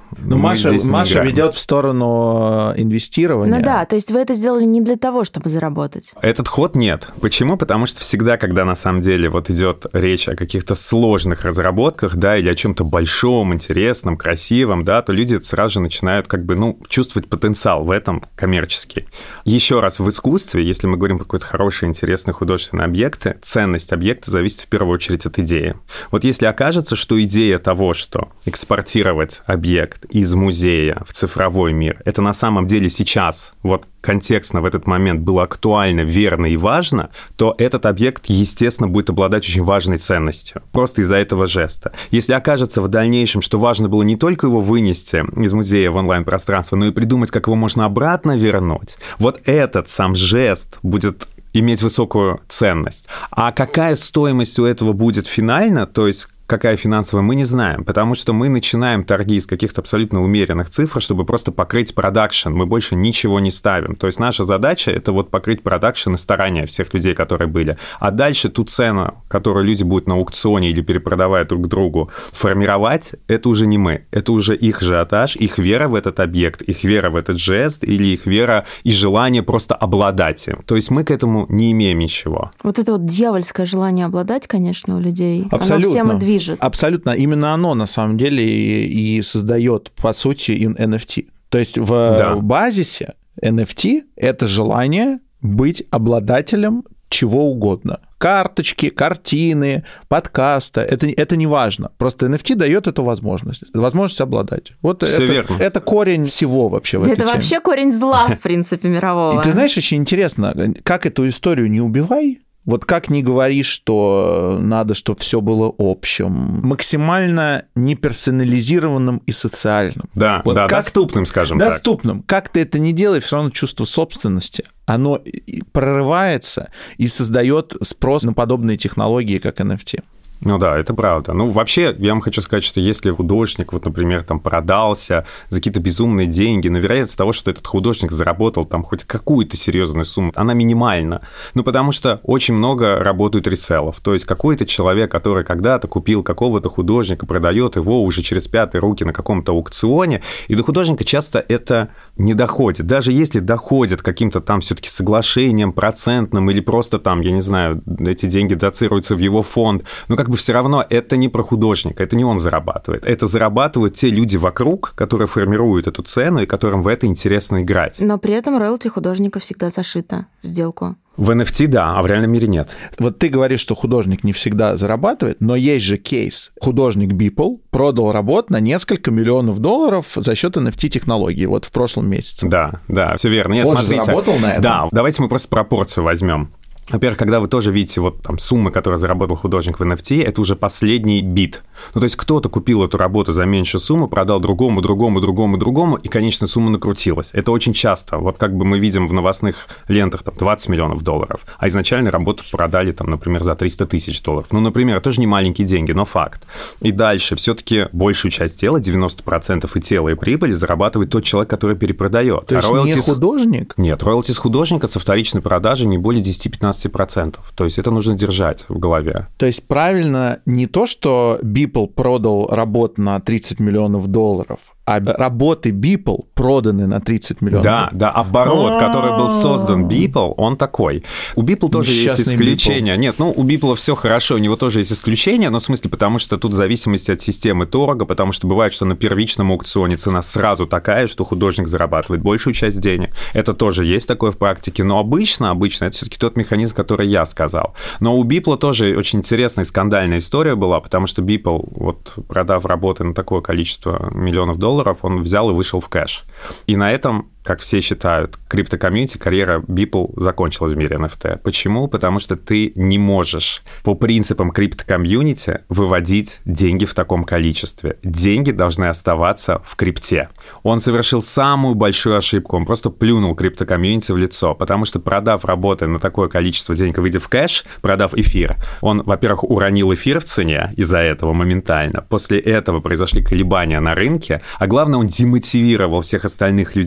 Ну, Маша, Маша ведет в сторону инвестирования. Ну да, то есть вы это сделали не для того, чтобы заработать. Этот ход нет. Почему? Потому что всегда, когда на самом деле вот идет речь о каких-то сложных разработках, да, или о чем-то большом, интересном, красивом, да, то люди сразу же начинают как бы, ну, чувствовать потенциал в этом коммерческий. Еще раз, в искусстве, если мы говорим про какой-то хороший, интересный художественный объект, ценность объекта зависит в первую очередь от идеи. Вот если окажется, что идея того, что экспортировать объект из музея в цифровой мир, это на самом деле сейчас, вот контекстно в этот момент было актуально, верно и важно, то этот объект, естественно, будет обладать очень важной ценностью. Просто из-за этого жеста. Если окажется в дальнейшем, что важно было не только его вынести из музея в онлайн-пространство, но и придумать, как его можно обратно вернуть, вот этот сам жест будет иметь высокую ценность. А какая стоимость у этого будет финально, то есть какая финансовая, мы не знаем, потому что мы начинаем торги из каких-то абсолютно умеренных цифр, чтобы просто покрыть продакшн. Мы больше ничего не ставим. То есть наша задача — это вот покрыть продакшн и старания всех людей, которые были. А дальше ту цену, которую люди будут на аукционе или перепродавая друг другу формировать, это уже не мы. Это уже их ажиотаж, их вера в этот объект, их вера в этот жест или их вера и желание просто обладать им. То есть мы к этому не имеем ничего. Вот это вот дьявольское желание обладать, конечно, у людей. Абсолютно. Оно всем и движет. Абсолютно. Именно оно, на самом деле, и, и создает, по сути, эн эф ти. То есть в да. базисе эн эф ти — это желание быть обладателем чего угодно. Карточки, картины, подкаста, это, это не важно. Просто эн эф ти дает эту возможность, возможность обладать. Вот Все это, верно. это корень всего вообще в этой Это теме. вообще корень зла, в принципе, мирового. И ты знаешь, очень интересно, как эту историю не убивай, вот как ни говори, что надо, чтобы все было общим, максимально неперсонализированным и социальным. Да, вот да, как... доступным, скажем доступным. так. Доступным. Как ты это не делаешь, все равно чувство собственности, оно прорывается и создает спрос на подобные технологии, как эн эф ти. Ну да, это правда. Ну, вообще, я вам хочу сказать, что если художник, вот, например, там продался за какие-то безумные деньги, но вероятность того, что этот художник заработал там хоть какую-то серьезную сумму, она минимальна. Ну, потому что очень много работают реселлов. То есть какой-то человек, который когда-то купил какого-то художника, продает его уже через пятые руки на каком-то аукционе, и до художника часто это не доходит. Даже если доходит каким-то там все-таки соглашением процентным или просто там, я не знаю, эти деньги доцируются в его фонд, но как бы все равно это не про художника, это не он зарабатывает. Это зарабатывают те люди вокруг, которые формируют эту цену и которым в это интересно играть. Но при этом роялти художника всегда зашито в сделку. В эн эф ти, да, а в реальном мире нет. Вот ты говоришь, что художник не всегда зарабатывает, но есть же кейс. Художник Beeple продал работ на несколько миллионов долларов за счет эн эф ти-технологии вот в прошлом месяце. Да, да, все верно. Нет, Он смотрите, же заработал на этом. Да, давайте мы просто пропорцию возьмем. Во-первых, когда вы тоже видите вот там суммы, которые заработал художник в эн эф ти, это уже последний бит. Ну, то есть кто-то купил эту работу за меньшую сумму, продал другому, другому, другому, другому, и конечная сумма накрутилась. Это очень часто. Вот как бы мы видим в новостных лентах там двадцать миллионов долларов, а изначально работу продали там, например, за триста тысяч долларов. Ну, например, тоже не маленькие деньги, но факт. И дальше все-таки большую часть тела, девяносто процентов и тела, и прибыли зарабатывает тот человек, который перепродает. То есть а роялти не художник? Нет, роялти с художника со вторичной продажи не более десять-пятнадцать процентов. То есть это нужно держать в голове. То есть правильно не то, что Beeple продал работ на тридцать миллионов долларов, а работы Beeple проданы на тридцать миллионов. Да, да, оборот, который был создан Beeple, он такой. У Beeple тоже есть исключения. Нет, ну, у Beeple все хорошо, у него тоже есть исключения, но в смысле, потому что тут в зависимости от системы торга, потому что бывает, что на первичном аукционе цена сразу такая, что художник зарабатывает большую часть денег. Это тоже есть такое в практике, но обычно, обычно это все-таки тот механизм, который я сказал. Но у Beeple тоже очень интересная и скандальная история была, потому что Beeple, вот продав работы на такое количество миллионов долларов, он взял и вышел в кэш. И на этом, как все считают, криптокомьюнити, карьера Beeple закончилась в мире эн эф ти. Почему? Потому что ты не можешь по принципам криптокомьюнити выводить деньги в таком количестве. Деньги должны оставаться в крипте. Он совершил самую большую ошибку. Он просто плюнул криптокомьюнити в лицо, потому что, продав работы на такое количество денег, выйдя в кэш, продав эфир, он, во-первых, уронил эфир в цене из-за этого моментально. После этого произошли колебания на рынке, а главное, он демотивировал всех остальных людей не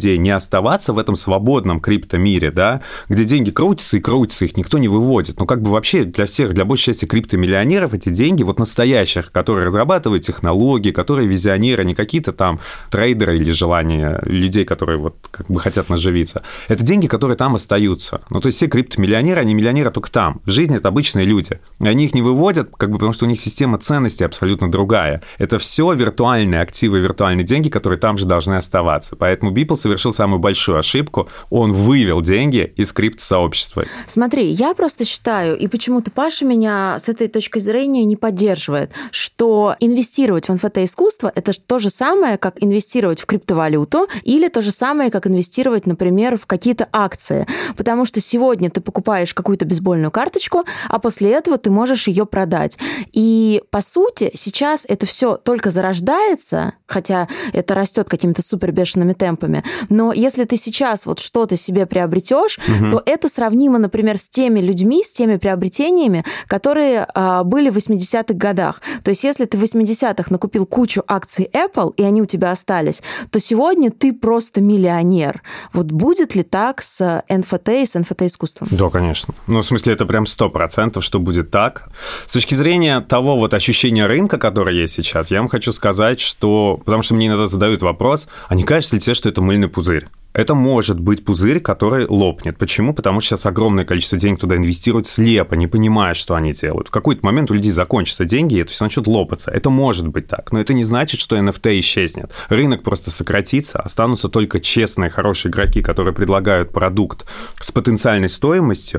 оставаться в этом свободном криптомире, да, где деньги крутятся и крутятся, их никто не выводит. Ну, как бы вообще для всех, для большей части криптомиллионеров эти деньги, вот настоящих, которые разрабатывают технологии, которые визионеры, не какие-то там трейдеры или желания людей, которые вот как бы хотят наживиться. Это деньги, которые там остаются. Ну, то есть все криптомиллионеры, они миллионеры только там. В жизни это обычные люди. И они их не выводят, как бы, потому что у них система ценностей абсолютно другая. Это все виртуальные активы, виртуальные деньги, которые там же должны оставаться. Поэтому Beeple совершил самую большую ошибку. Он вывел деньги из криптосообщества. Смотри, я просто считаю, и почему-то Паша меня с этой точки зрения не поддерживает, что инвестировать в эн эф ти-искусство – это то же самое, как инвестировать в криптовалюту или то же самое, как инвестировать, например, в какие-то акции. Потому что сегодня ты покупаешь какую-то бейсбольную карточку, а после этого ты можешь ее продать. И, по сути, сейчас это все только зарождается, хотя это растет какими-то супер бешеными темпами, но если ты сейчас вот что-то себе приобретешь, угу. то это сравнимо, например, с теми людьми, с теми приобретениями, которые а, были в восьмидесятых годах. То есть если ты в восьмидесятых накупил кучу акций Apple, и они у тебя остались, то сегодня ты просто миллионер. Вот будет ли так с эн эф ти и с эн эф ти-искусством? Да, конечно. Ну, в смысле, это прям сто процентов, что будет так. С точки зрения того вот ощущения рынка, которое есть сейчас, я вам хочу сказать, что... Потому что мне иногда задают вопрос, а не кажется ли тебе, что это мыльный пузырь? Это может быть пузырь, который лопнет. Почему? Потому что сейчас огромное количество денег туда инвестируют слепо, не понимая, что они делают. В какой-то момент у людей закончатся деньги, и это все начнет лопаться. Это может быть так, но это не значит, что эн эф ти исчезнет. Рынок просто сократится, останутся только честные, хорошие игроки, которые предлагают продукт с потенциальной стоимостью,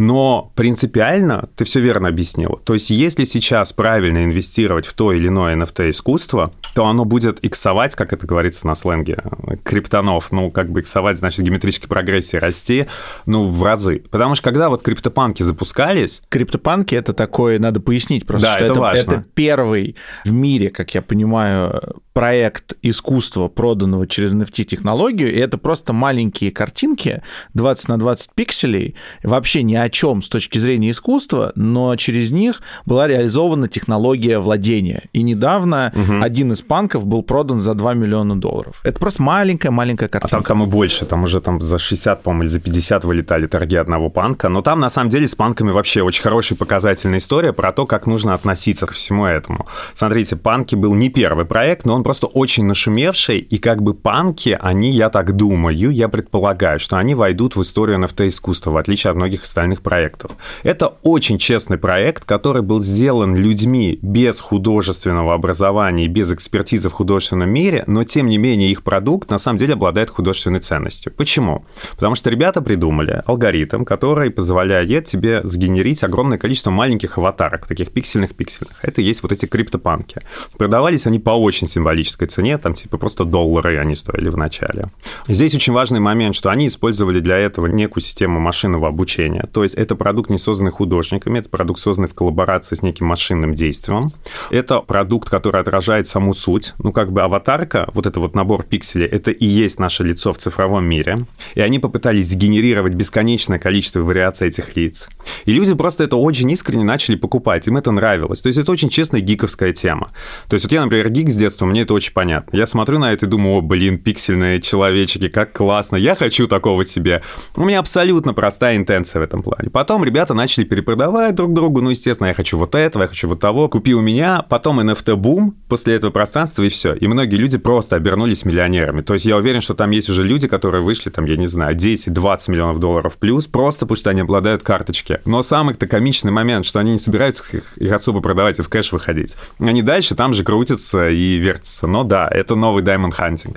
но принципиально ты все верно объяснила. То есть если сейчас правильно инвестировать в то или иное эн эф ти-искусство, то оно будет иксовать, как это говорится на сленге криптонов, ну, как бы иксовать, значит, геометрической прогрессии расти, ну, в разы. Потому что когда вот криптопанки запускались... Криптопанки — это такое, надо пояснить просто, да, что это, это, важно. это первый в мире, как я понимаю, проект искусства, проданного через эн эф ти-технологию, и это просто маленькие картинки, двадцать на двадцать пикселей, вообще ни о чем с точки зрения искусства, но через них была реализована технология владения. И недавно угу. один из панков был продан за два миллиона долларов. Это просто маленькая-маленькая картинка. А там, там и больше, там уже там за шестьдесят, по-моему, или за пятьдесят вылетали торги одного панка, но там, на самом деле, с панками вообще очень хорошая показательная история про то, как нужно относиться ко всему этому. Смотрите, панки был не первый проект, но он просто очень нашумевший, и как бы панки, они, я так думаю, я предполагаю, что они войдут в историю эн эф ти-искусства, в отличие от многих остальных проектов. Это очень честный проект, который был сделан людьми без художественного образования и без экспертизы в художественном мире, но, тем не менее, их продукт на самом деле обладает художественной ценностью. Почему? Потому что ребята придумали алгоритм, который позволяет тебе сгенерить огромное количество маленьких аватарок, таких пиксельных-пиксельных. Это и есть вот эти криптопанки. Продавались они по очень символической цене, там типа просто доллары они стоили в начале. Здесь очень важный момент, что они использовали для этого некую систему машинного обучения. То есть это продукт, не созданный художниками, это продукт, созданный в коллаборации с неким машинным действием. Это продукт, который отражает саму суть. Ну, как бы аватарка, вот это вот набор пикселей, это и есть наше лицо в цифровом мире. И они попытались сгенерировать бесконечное количество вариаций этих лиц. И люди просто это очень искренне начали покупать, им это нравилось. То есть это очень честная гиковская тема. То есть вот я, например, гик с детства, мне это очень понятно. Я смотрю на это и думаю, о, блин, пиксельные человечки, как классно, я хочу такого себе. У меня абсолютно простая интенция в этом плане. Потом ребята начали перепродавать друг другу, ну, естественно, я хочу вот этого, я хочу вот того, купи у меня. Потом эн эф ти-бум, после этого пространства, и все. И многие люди просто обернулись миллионерами. То есть я уверен, что там есть уже люди, которые вышли, там, я не знаю, десять-двадцать миллионов долларов плюс, просто потому что они обладают карточки. Но самый-то комичный момент, что они не собираются их особо продавать и в кэш выходить. Они дальше там же крутятся и вертятся. Но да, это новый Diamond Hunting.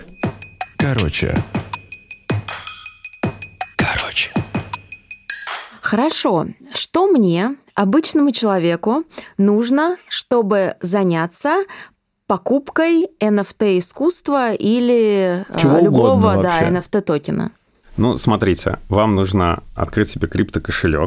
Короче. Короче. Хорошо. Что мне, обычному человеку, нужно, чтобы заняться покупкой эн эф ти-искусства или чего любого угодно да, вообще. эн эф ти-токена? Ну, смотрите, вам нужно открыть себе криптокошелек,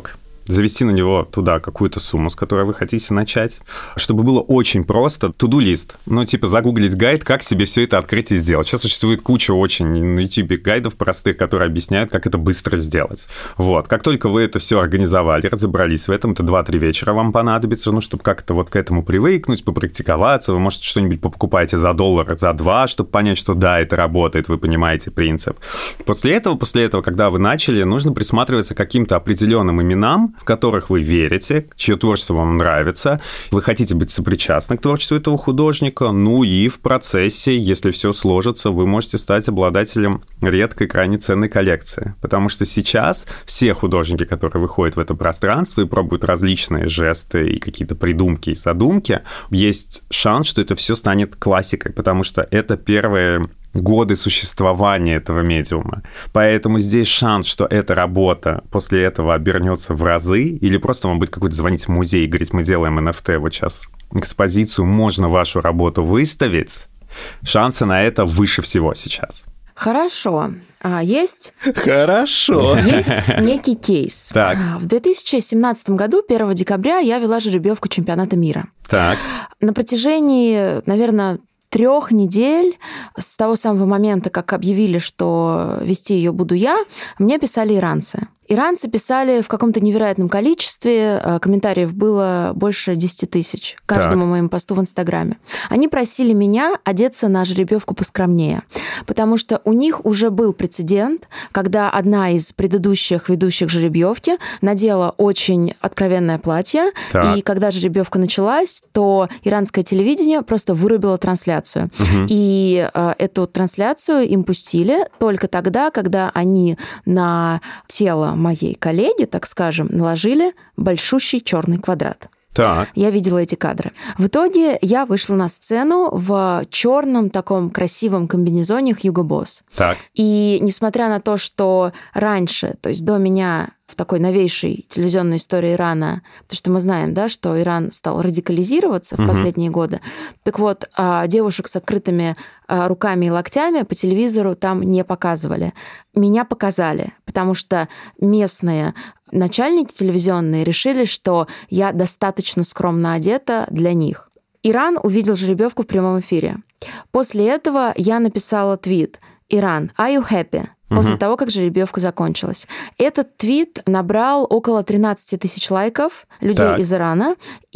завести на него туда какую-то сумму, с которой вы хотите начать, чтобы было очень просто. To-do-лист. Ну, типа загуглить гайд, как себе все это открыть и сделать. Сейчас существует куча очень на YouTube гайдов простых, которые объясняют, как это быстро сделать. Вот. Как только вы это все организовали, разобрались в этом, это два-три вечера вам понадобится, ну, чтобы как-то вот к этому привыкнуть, попрактиковаться. Вы, может, что-нибудь покупаете за доллар, за два, чтобы понять, что да, это работает, вы понимаете принцип. После этого, после этого, когда вы начали, нужно присматриваться к каким-то определенным именам, в которых вы верите, чье творчество вам нравится, вы хотите быть сопричастны к творчеству этого художника, ну и в процессе, если все сложится, вы можете стать обладателем редкой, крайне ценной коллекции. Потому что сейчас все художники, которые выходят в это пространство и пробуют различные жесты и какие-то придумки и задумки, есть шанс, что это все станет классикой, потому что это первые годы существования этого медиума. Поэтому здесь шанс, что эта работа после этого обернется в разы, или просто вам будет какой-то звонить в музей и говорить, мы делаем эн эф ти, вот сейчас экспозицию, можно вашу работу выставить, шансы на это выше всего сейчас. Хорошо. А есть... Хорошо. Есть некий кейс. Так. В две тысячи семнадцатом году, первого декабря, я вела жеребьевку чемпионата мира. Так. На протяжении, наверное, трех недель, с того самого момента, как объявили, что вести ее буду я, мне писали иранцы. Иранцы писали в каком-то невероятном количестве, комментариев было больше десять тысяч каждому так. моему посту в Инстаграме. Они просили меня одеться на жеребьевку поскромнее, потому что у них уже был прецедент, когда одна из предыдущих ведущих жеребьевки надела очень откровенное платье, так. и когда жеребьевка началась, то иранское телевидение просто вырубило трансляцию. Угу. И э, эту трансляцию им пустили только тогда, когда они на тело моей коллеги, так скажем, наложили большущий черный квадрат. Так. Я видела эти кадры. В итоге я вышла на сцену в черном таком красивом комбинезоне Hugo Boss. Так. И несмотря на то, что раньше, то есть до меня в такой новейшей телевизионной истории Ирана, потому что мы знаем, да, что Иран стал радикализироваться в угу. последние годы. Так вот, девушек с открытыми руками и локтями по телевизору там не показывали. Меня показали, потому что местные начальники телевизионные решили, что я достаточно скромно одета для них. Иран увидел жеребьевку в прямом эфире. После этого я написала твит: «Иран, are you happy?» После uh-huh. того, как жеребьевка закончилась. Этот твит набрал около тринадцать тысяч лайков людей так. из Ирана,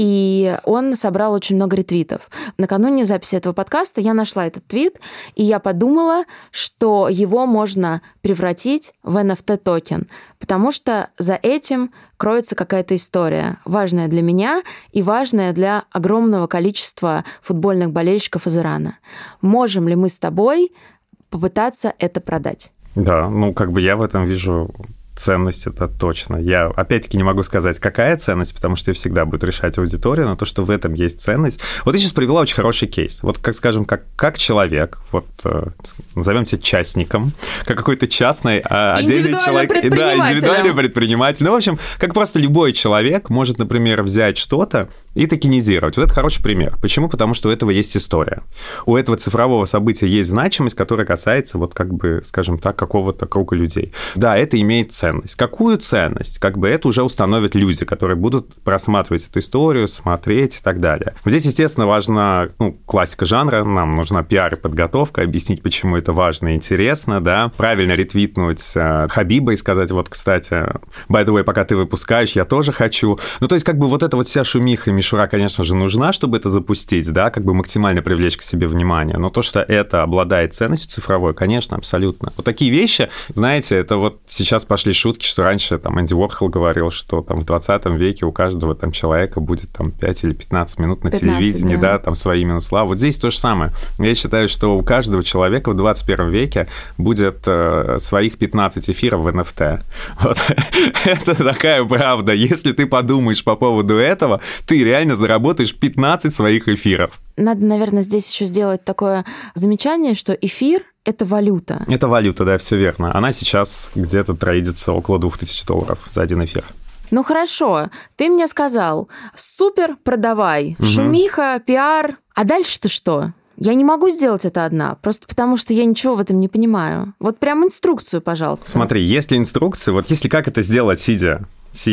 и он собрал очень много ретвитов. Накануне записи этого подкаста я нашла этот твит, и я подумала, что его можно превратить в эн эф ти-токен, потому что за этим кроется какая-то история, важная для меня и важная для огромного количества футбольных болельщиков из Ирана. Можем ли мы с тобой попытаться это продать? Да, ну как бы я в этом вижу ценность, это точно. Я опять-таки не могу сказать, какая ценность, потому что ее всегда будет решать аудитория, но то, что в этом есть ценность. Вот ты сейчас привела очень хороший кейс. Вот, как скажем, как, как человек, вот назовем тебя частником, как какой-то частный отдельный человек. Да, индивидуальный предприниматель. Ну, в общем, как просто любой человек может, например, взять что-то и токенизировать. Вот это хороший пример. Почему? Потому что у этого есть история. У этого цифрового события есть значимость, которая касается, вот как бы, скажем так, какого-то круга людей. Да, это имеет ценность. Какую ценность? Как бы это уже установят люди, которые будут просматривать эту историю, смотреть и так далее. Здесь, естественно, важна, ну, классика жанра, нам нужна пиар и подготовка, объяснить, почему это важно и интересно, да, правильно ретвитнуть э, Хабиба и сказать, вот, кстати, by the way, пока ты выпускаешь, я тоже хочу. Ну, то есть, как бы вот эта вот вся шумиха и мишура, конечно же, нужна, чтобы это запустить, да, как бы максимально привлечь к себе внимание, но то, что это обладает ценностью цифровой, конечно, абсолютно. Вот такие вещи, знаете, это вот сейчас пошли шутки, что раньше там Энди Уорхол говорил, что там в двадцатом веке у каждого там человека будет там пять или пятнадцать минут на пятнадцать, телевидении, да. да, там свои минуса. Вот здесь то же самое. Я считаю, что у каждого человека в двадцать первом веке будет э, своих пятнадцать эфиров в эн эф ти. Вот. Это такая правда. Если ты подумаешь по поводу этого, ты реально заработаешь пятнадцать своих эфиров. Надо, наверное, здесь еще сделать такое замечание, что эфир — это валюта. Это валюта, да, все верно. Она сейчас где-то трейдится около двух тысяч долларов за один эфир. Ну хорошо, ты мне сказал, супер, продавай, угу. шумиха, пиар. А дальше-то что? Я не могу сделать это одна, просто потому что я ничего в этом не понимаю. Вот прям инструкцию, пожалуйста. Смотри, если инструкция, вот если как это сделать, сидя, сидя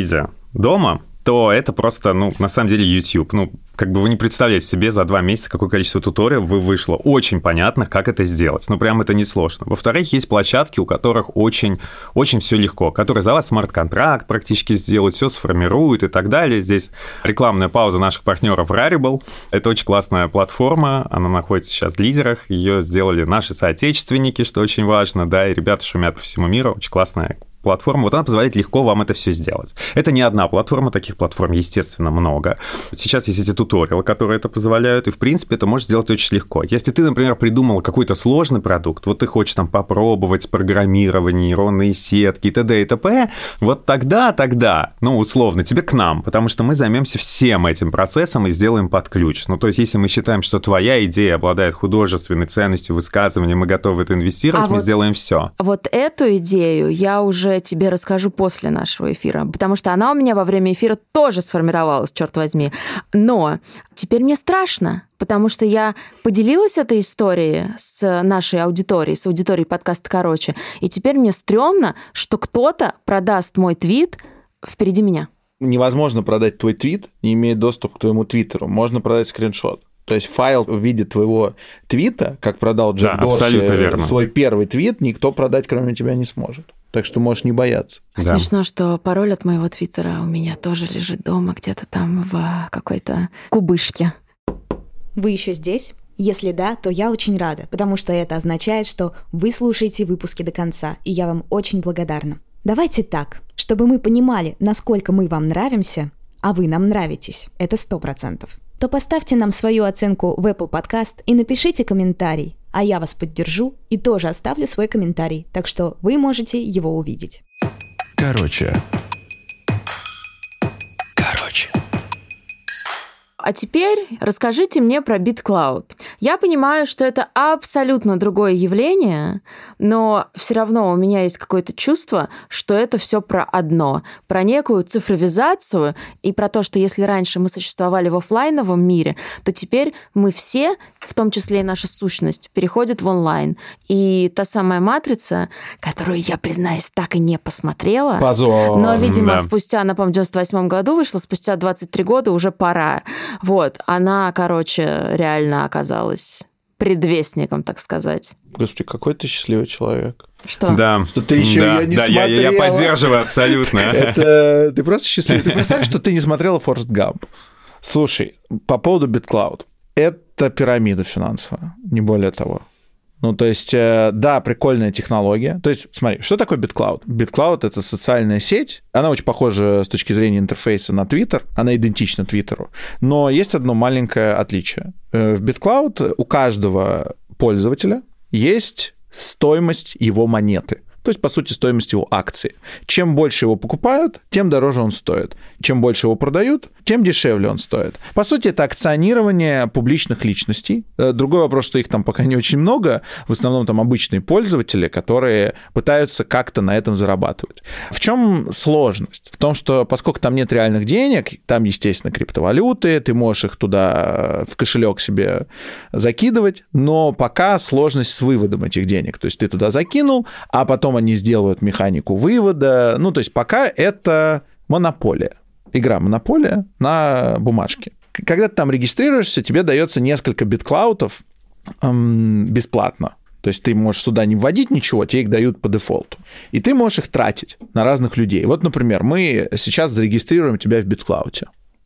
дома, то это просто, ну, на самом деле, YouTube. Ну, как бы вы не представляете себе за два месяца, какое количество туториалов вы вышло. Очень понятно, как это сделать. Ну, прям это несложно. Во-вторых, есть площадки, у которых очень, очень все легко, которые за вас смарт-контракт практически сделают, все сформируют и так далее. Здесь рекламная пауза наших партнеров Rarible. Это очень классная платформа, она находится сейчас в лидерах. Ее сделали наши соотечественники, что очень важно, да, и ребята шумят по всему миру. Очень классная платформа, вот она позволяет легко вам это все сделать. Это не одна платформа, таких платформ, естественно, много. Сейчас есть эти туториалы, которые это позволяют, и, в принципе, это можешь сделать очень легко. Если ты, например, придумал какой-то сложный продукт, вот ты хочешь там попробовать программирование, нейронные сетки и т.д. и т.п., вот тогда, тогда, ну, условно, тебе к нам, потому что мы займемся всем этим процессом и сделаем под ключ. Ну, то есть, если мы считаем, что твоя идея обладает художественной ценностью высказывания, мы готовы это инвестировать, а мы вот, сделаем все. Вот эту идею я уже тебе расскажу после нашего эфира, потому что она у меня во время эфира тоже сформировалась, черт возьми. Но теперь мне страшно, потому что я поделилась этой историей с нашей аудиторией, с аудиторией подкаста «Короче», и теперь мне стрёмно, что кто-то продаст мой твит впереди меня. Невозможно продать твой твит, не имея доступа к твоему твиттеру. Можно продать скриншот. То есть файл в виде твоего твита, как продал Джек да, Дорси свой первый твит, никто продать, кроме тебя, не сможет. Так что можешь не бояться. Да. Смешно, что пароль от моего твиттера у меня тоже лежит дома, где-то там в какой-то кубышке. Вы еще здесь? Если да, то я очень рада, потому что это означает, что вы слушаете выпуски до конца, и я вам очень благодарна. Давайте так, чтобы мы понимали, насколько мы вам нравимся, а вы нам нравитесь, это сто процентов. То поставьте нам свою оценку в Apple Podcast и напишите комментарий, а я вас поддержу и тоже оставлю свой комментарий, так что вы можете его увидеть. Короче. Короче. А теперь расскажите мне про BitCloud. Я понимаю, что это абсолютно другое явление, но все равно у меня есть какое-то чувство, что это все про одно, про некую цифровизацию и про то, что если раньше мы существовали в офлайновом мире, то теперь мы все, в том числе и наша сущность, переходит в онлайн. И та самая матрица, которую я, признаюсь, так и не посмотрела, Позор. но, видимо, да. спустя, она, по-моему, в девяносто восьмом году вышла, спустя двадцать три года уже пора. Вот, она, короче, реально оказалась предвестником, так сказать. Господи, какой ты счастливый человек. Что? Да. Что ты еще да, ее не да, смотрела. Я, я поддерживаю абсолютно. Это ты просто счастливый. Ты представь, что ты не смотрела Форрест Гамп. Слушай, по поводу BitCloud. Это пирамида финансовая, не более того. Ну, то есть, да, прикольная технология. То есть, смотри, что такое BitCloud? BitCloud — это социальная сеть. Она очень похожа с точки зрения интерфейса на Twitter. Она идентична Твиттеру. Но есть одно маленькое отличие. В BitCloud у каждого пользователя есть стоимость его монеты. То есть, по сути, стоимость его акции. Чем больше его покупают, тем дороже он стоит. Чем больше его продают, тем дешевле он стоит. По сути, это акционирование публичных личностей. Другой вопрос, что их там пока не очень много. В основном там обычные пользователи, которые пытаются как-то на этом зарабатывать. В чем сложность? В том, что поскольку там нет реальных денег, там, естественно, криптовалюты, ты можешь их туда в кошелек себе закидывать, но пока сложность с выводом этих денег. То есть ты туда закинул, а потом они сделают механику вывода. Ну, то есть пока это монополия. Игра монополия на бумажке. Когда ты там регистрируешься, тебе дается несколько BitCloud'ов эм, бесплатно. То есть ты можешь сюда не вводить ничего, тебе их дают по дефолту. И ты можешь их тратить на разных людей. Вот, например, мы сейчас зарегистрируем тебя в BitCloud.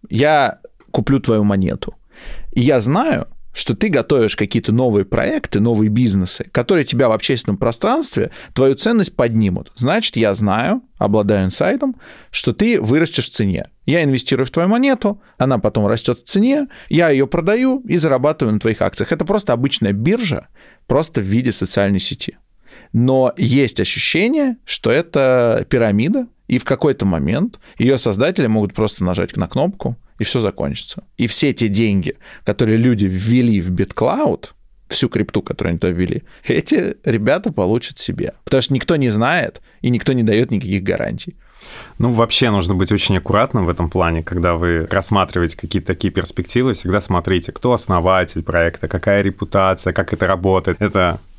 Я куплю твою монету. И я знаю, что ты готовишь какие-то новые проекты, новые бизнесы, которые тебя в общественном пространстве, твою ценность поднимут. Значит, я знаю, обладаю инсайтом, что ты вырастешь в цене. Я инвестирую в твою монету, она потом растет в цене, я ее продаю и зарабатываю на твоих акциях. Это просто обычная биржа, просто в виде социальной сети. Но есть ощущение, что это пирамида, и в какой-то момент ее создатели могут просто нажать на кнопку, и все закончится. И все те деньги, которые люди ввели в BitCloud, всю крипту, которую они туда ввели, эти ребята получат себе. Потому что никто не знает, и никто не дает никаких гарантий. Ну, вообще нужно быть очень аккуратным в этом плане, когда вы рассматриваете какие-то такие перспективы, всегда смотрите, кто основатель проекта, какая репутация, как это работает. Это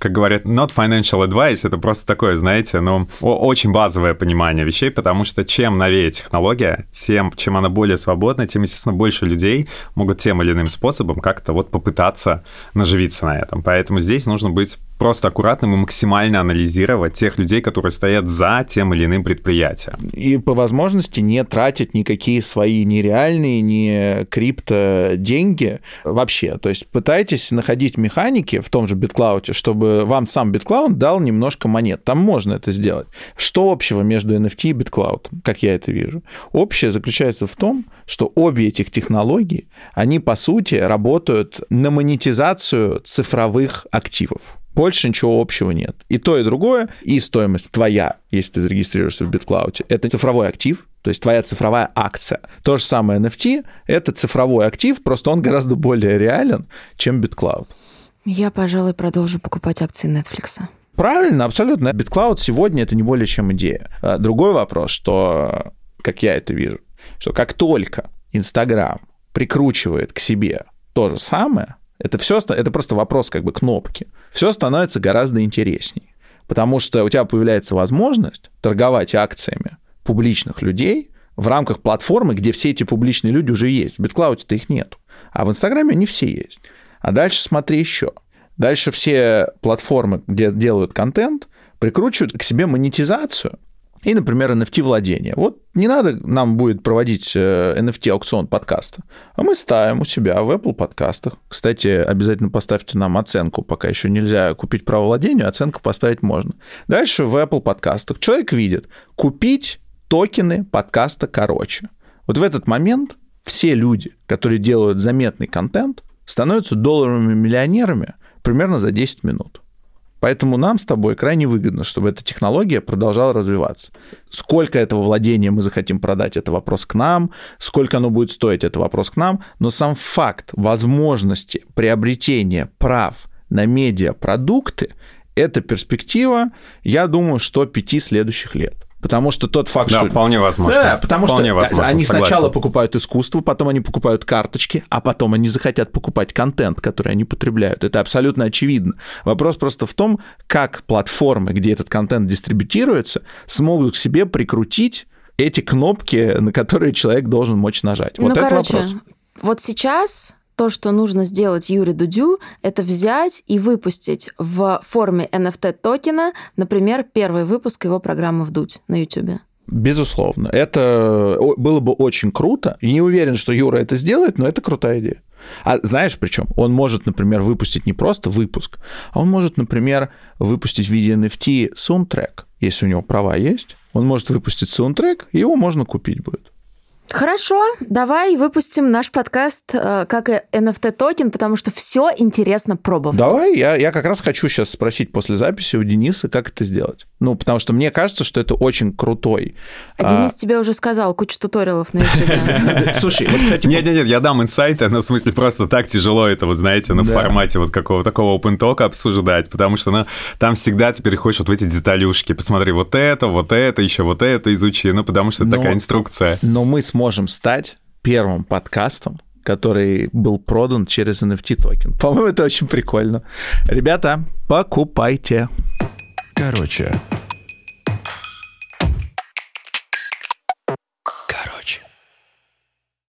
как говорят, not financial advice, это просто такое, знаете, ну, очень базовое понимание вещей, потому что чем новее технология, тем, чем она более свободна, тем, естественно, больше людей могут тем или иным способом как-то вот попытаться наживиться на этом. Поэтому здесь нужно быть просто аккуратным и максимально анализировать тех людей, которые стоят за тем или иным предприятием. И по возможности не тратить никакие свои ни реальные, ни крипто деньги вообще. То есть пытайтесь находить механики в том же BitCloud, чтобы вам сам BitCloud дал немножко монет. Там можно это сделать. Что общего между эн эф ти и BitCloud, как я это вижу? Общее заключается в том, что обе этих технологии, они, по сути, работают на монетизацию цифровых активов. Больше ничего общего нет. И то, и другое, и стоимость твоя, если ты зарегистрируешься в BitCloud, это цифровой актив, то есть твоя цифровая акция. То же самое эн эф ти — это цифровой актив, просто он гораздо более реален, чем BitCloud. Я, пожалуй, продолжу покупать акции Netflix. Правильно, абсолютно. BitCloud сегодня — это не более чем идея. Другой вопрос, что, как я это вижу, что как только Instagram прикручивает к себе то же самое, это все, это просто вопрос как бы кнопки. Все становится гораздо интересней, потому что у тебя появляется возможность торговать акциями публичных людей в рамках платформы, где все эти публичные люди уже есть. В BitCloud-то их нет, а в Инстаграме они все есть. А дальше смотри еще. Дальше все платформы, где делают контент, прикручивают к себе монетизацию и, например, эн эф ти-владение. Вот не надо нам будет проводить эн эф ти-аукцион подкаста, а мы ставим у себя в Apple подкастах. Кстати, обязательно поставьте нам оценку, пока еще нельзя купить право владения, оценку поставить можно. Дальше в Apple подкастах человек видит купить токены подкаста «Короче». Вот в этот момент все люди, которые делают заметный контент, становятся долларовыми миллионерами примерно за десять минут. Поэтому нам с тобой крайне выгодно, чтобы эта технология продолжала развиваться. Сколько этого владения мы захотим продать, это вопрос к нам. Сколько оно будет стоить, это вопрос к нам. Но сам факт возможности приобретения прав на медиапродукты – это перспектива, я думаю, что пяти следующих лет. Потому что тот факт, да, что... вполне возможно. Да, потому вполне что возможно, они согласен. Сначала покупают искусство, потом они покупают карточки, а потом они захотят покупать контент, который они потребляют. Это абсолютно очевидно. Вопрос просто в том, как платформы, где этот контент дистрибьютируется, смогут к себе прикрутить эти кнопки, на которые человек должен мочь нажать. Ну, вот это короче, вопрос. Вот сейчас... То, что нужно сделать Юре Дудю, это взять и выпустить в форме эн эф ти-токена, например, первый выпуск его программы «Вдудь» на YouTube. Безусловно. Это было бы очень круто. И не уверен, что Юра это сделает, но это крутая идея. А знаешь, причем он может, например, выпустить не просто выпуск, а он может, например, выпустить в виде эн эф ти саундтрек. Если у него права есть, он может выпустить саундтрек, и его можно купить будет. Хорошо, давай выпустим наш подкаст э, как и эн эф ти-токен, потому что все интересно пробовать. Давай, я, я как раз хочу сейчас спросить после записи у Дениса, как это сделать. Ну, потому что мне кажется, что это очень крутой. А, а... Денис тебе уже сказал, кучу туториалов на YouTube. Слушай, вот, кстати... Нет-нет-нет, я дам инсайты, но в смысле просто так тяжело это, вот знаете, на формате вот какого такого open-talk обсуждать, потому что там всегда теперь хочешь вот в эти деталюшки, посмотри вот это, вот это, еще вот это изучи, ну, потому что это такая инструкция. Но мы сможем стать первым подкастом, который был продан через эн эф ти-токен. По-моему, это очень прикольно. Ребята, покупайте. Короче.